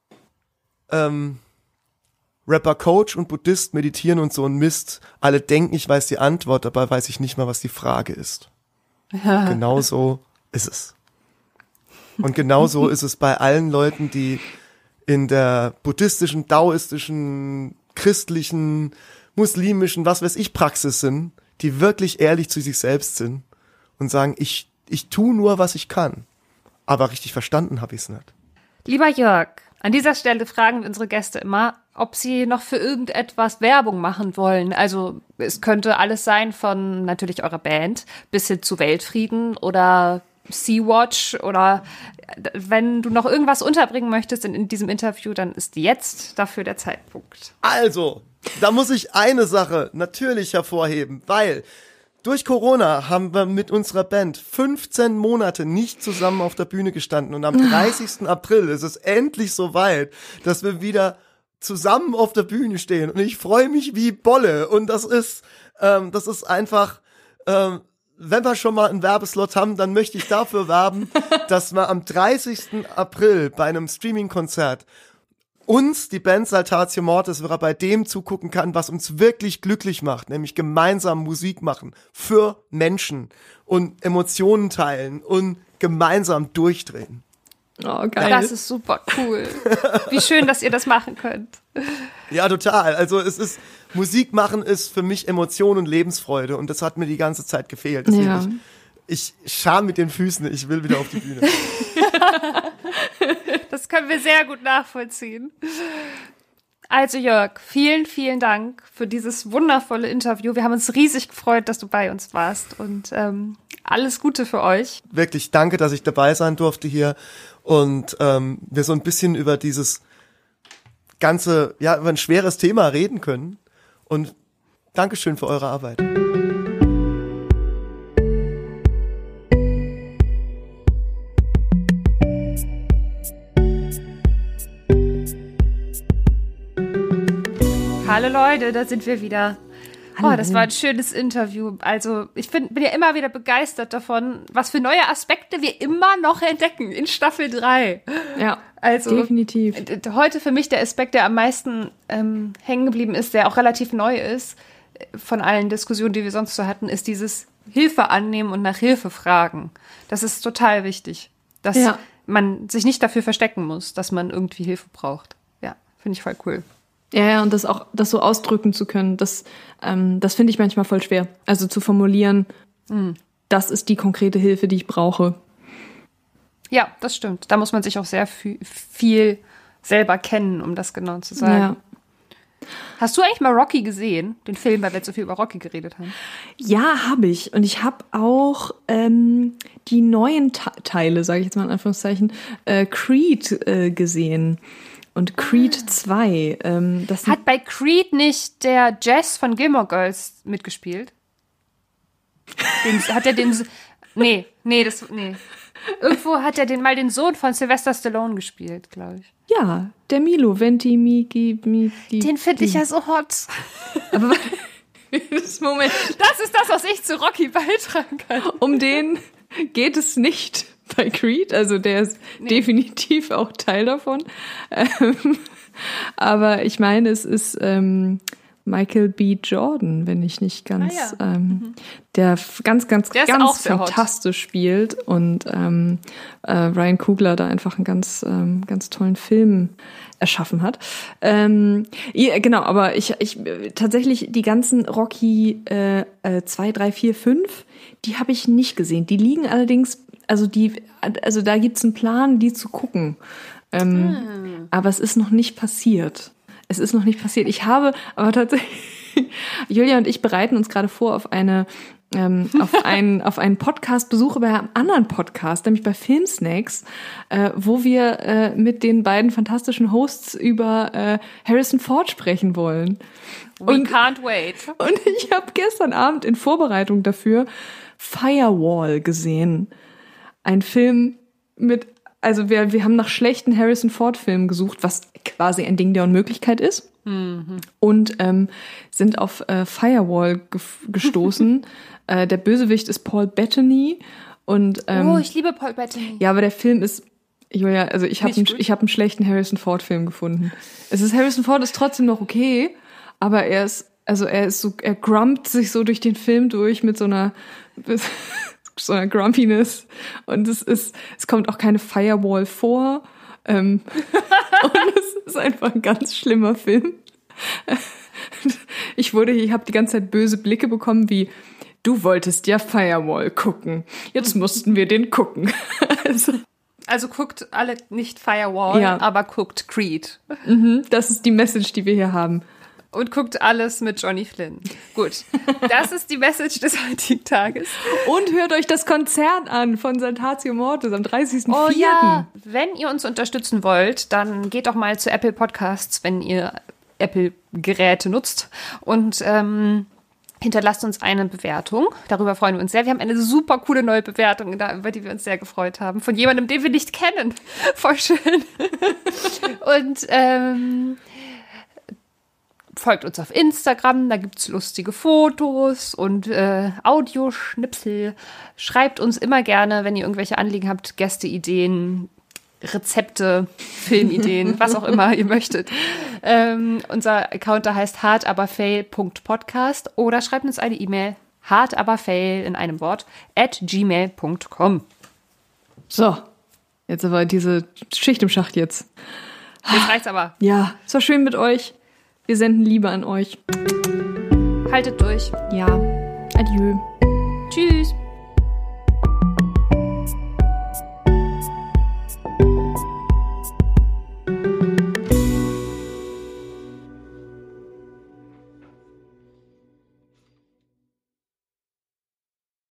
Speaker 3: ähm, Rapper, Coach und Buddhist meditieren und so ein Mist. Alle denken, ich weiß die Antwort, dabei weiß ich nicht mal, was die Frage ist. Ja. Genau so ist es. Und genauso ist es bei allen Leuten, die in der buddhistischen, daoistischen, christlichen, muslimischen, was weiß ich, Praxis sind, die wirklich ehrlich zu sich selbst sind und sagen, ich, ich tu nur, was ich kann. Aber richtig verstanden habe ich es nicht.
Speaker 1: Lieber Jörg, an dieser Stelle fragen wir unsere Gäste immer, ob sie noch für irgendetwas Werbung machen wollen. Also es könnte alles sein, von natürlich eurer Band bis hin zu Weltfrieden oder Sea-Watch, oder wenn du noch irgendwas unterbringen möchtest in, in diesem Interview, dann ist jetzt dafür der Zeitpunkt.
Speaker 3: Also, da muss ich eine Sache natürlich hervorheben, weil durch Corona haben wir mit unserer Band fünfzehn Monate nicht zusammen auf der Bühne gestanden und am dreißigsten April ist es endlich soweit, dass wir wieder zusammen auf der Bühne stehen und ich freue mich wie Bolle und das ist, ähm, das ist einfach, ähm, wenn wir schon mal einen Werbeslot haben, dann möchte ich dafür werben, dass wir am dreißigsten April bei einem Streaming-Konzert uns, die Band Saltatio Mortis, bei dem zugucken kann, was uns wirklich glücklich macht, nämlich gemeinsam Musik machen für Menschen und Emotionen teilen und gemeinsam durchdrehen.
Speaker 1: Oh, geil. Das ist super cool. Wie schön, dass ihr das machen könnt.
Speaker 3: Ja, total. Also es ist, Musik machen ist für mich Emotion und Lebensfreude und das hat mir die ganze Zeit gefehlt. Deswegen
Speaker 2: ja.
Speaker 3: ich, ich scham mit den Füßen, ich will wieder auf die Bühne.
Speaker 1: Das können wir sehr gut nachvollziehen. Also Jörg, vielen, vielen Dank für dieses wundervolle Interview. Wir haben uns riesig gefreut, dass du bei uns warst und ähm, alles Gute für euch.
Speaker 3: Wirklich danke, dass ich dabei sein durfte hier und ähm, wir so ein bisschen über dieses ganze, ja, über ein schweres Thema reden können. Und Dankeschön für eure Arbeit.
Speaker 1: Hallo Leute, da sind wir wieder. Oh, das war ein schönes Interview. Also ich find, bin ja immer wieder begeistert davon, was für neue Aspekte wir immer noch entdecken in Staffel drei.
Speaker 2: Ja,
Speaker 1: also,
Speaker 2: definitiv.
Speaker 1: Heute für mich der Aspekt, der am meisten ähm, hängen geblieben ist, der auch relativ neu ist, von allen Diskussionen, die wir sonst so hatten, ist dieses Hilfe annehmen und nach Hilfe fragen. Das ist total wichtig, dass ja. man sich nicht dafür verstecken muss, dass man irgendwie Hilfe braucht. Ja, finde ich voll cool.
Speaker 2: Ja, ja, und das auch, das so ausdrücken zu können, das, ähm, das finde ich manchmal voll schwer. Also zu formulieren, mhm. das ist die konkrete Hilfe, die ich brauche.
Speaker 1: Ja, das stimmt. Da muss man sich auch sehr f- viel selber kennen, um das genau zu sagen. Ja. Hast du eigentlich mal Rocky gesehen, den Film, weil wir jetzt so viel über Rocky geredet haben?
Speaker 2: Ja, habe ich. Und ich habe auch ähm, die neuen Ta- Teile, sage ich jetzt mal in Anführungszeichen, äh, Creed äh, gesehen. Und Creed zwei. Ähm, das
Speaker 1: Hat bei Creed nicht der Jess von Gilmore Girls mitgespielt? Den, hat er den... Nee, nee, das... Nee. Irgendwo hat er den, mal den Sohn von Sylvester Stallone gespielt, glaube ich.
Speaker 2: Ja, der Milo, Venti, Miki, Miki.
Speaker 1: Den finde ich ja so hot.
Speaker 2: Aber das Moment.
Speaker 1: Das ist das, was ich zu Rocky beitragen kann.
Speaker 2: Um den geht es nicht bei Creed. Also der ist nee. definitiv auch Teil davon. Ähm, aber ich meine, es ist ähm, Michael B. Jordan, wenn ich nicht ganz, ah, ja. ähm, mhm. der ganz, ganz, der ganz fantastisch hot. spielt und ähm, äh, Ryan Coogler da einfach einen ganz, ähm, ganz tollen Film erschaffen hat. Ähm, ja, genau, aber ich, ich tatsächlich die ganzen Rocky äh, zwei, drei, vier, fünf, die habe ich nicht gesehen. Die liegen allerdings, also die, also da gibt's einen Plan, die zu gucken. Ähm, hm. Aber es ist noch nicht passiert. Es ist noch nicht passiert. Ich habe aber tatsächlich, Julia und ich bereiten uns gerade vor auf eine ähm, auf einen auf einen Podcast-Besuch bei einem anderen Podcast, nämlich bei Filmsnacks, äh, wo wir äh, mit den beiden fantastischen Hosts über äh, Harrison Ford sprechen wollen.
Speaker 1: We und, can't wait.
Speaker 2: Und ich habe gestern Abend in Vorbereitung dafür Firewall gesehen. Ein Film mit, also wir, wir haben nach schlechten Harrison Ford-Filmen gesucht, was quasi ein Ding der Unmöglichkeit ist. Mhm. Und ähm, sind auf äh, Firewall ge- gestoßen. äh, der Bösewicht ist Paul Bettany. Und, ähm,
Speaker 1: oh, ich liebe Paul Bettany.
Speaker 2: Ja, aber der Film ist, Julia, also ich habe einen, ich hab einen schlechten Harrison Ford-Film gefunden. Es ist, Harrison Ford ist trotzdem noch okay, aber er ist, also er ist so, er grumpt sich so durch den Film durch mit so einer, so einer Grumpiness. Und es ist, es kommt auch keine Firewall vor. Ähm, und es ist einfach ein ganz schlimmer Film. Ich wurde, ich habe die ganze Zeit böse Blicke bekommen, wie du wolltest ja Firewall gucken. Jetzt mussten wir den gucken. Also,
Speaker 1: also guckt alle nicht Firewall, ja. aber guckt Creed.
Speaker 2: Mhm, das ist die Message, die wir hier haben.
Speaker 1: Und guckt alles mit Johnny Flynn. Gut, das ist die Message des heutigen Tages.
Speaker 2: Und hört euch das Konzert an von Saltatio Mortis am dreißigsten vierten
Speaker 1: Oh ja, wenn ihr uns unterstützen wollt, dann geht doch mal zu Apple Podcasts, wenn ihr Apple-Geräte nutzt. Und ähm, hinterlasst uns eine Bewertung. Darüber freuen wir uns sehr. Wir haben eine super coole neue Bewertung, über die wir uns sehr gefreut haben. Von jemandem, den wir nicht kennen. Voll schön. Und ähm, folgt uns auf Instagram, da gibt's lustige Fotos und äh, Audioschnipsel. Schreibt uns immer gerne, wenn ihr irgendwelche Anliegen habt, Gästeideen, Rezepte, Filmideen, was auch immer ihr möchtet. Ähm, unser Account da heißt hartaberfail punkt podcast oder schreibt uns eine E-Mail, hartaberfail in einem Wort, at gmail punkt com.
Speaker 2: So, jetzt aber diese Schicht im Schacht jetzt.
Speaker 1: Jetzt reicht's aber.
Speaker 2: Ja, es war schön mit euch. Wir senden Liebe an euch.
Speaker 1: Haltet durch.
Speaker 2: Ja. Adieu.
Speaker 1: Tschüss.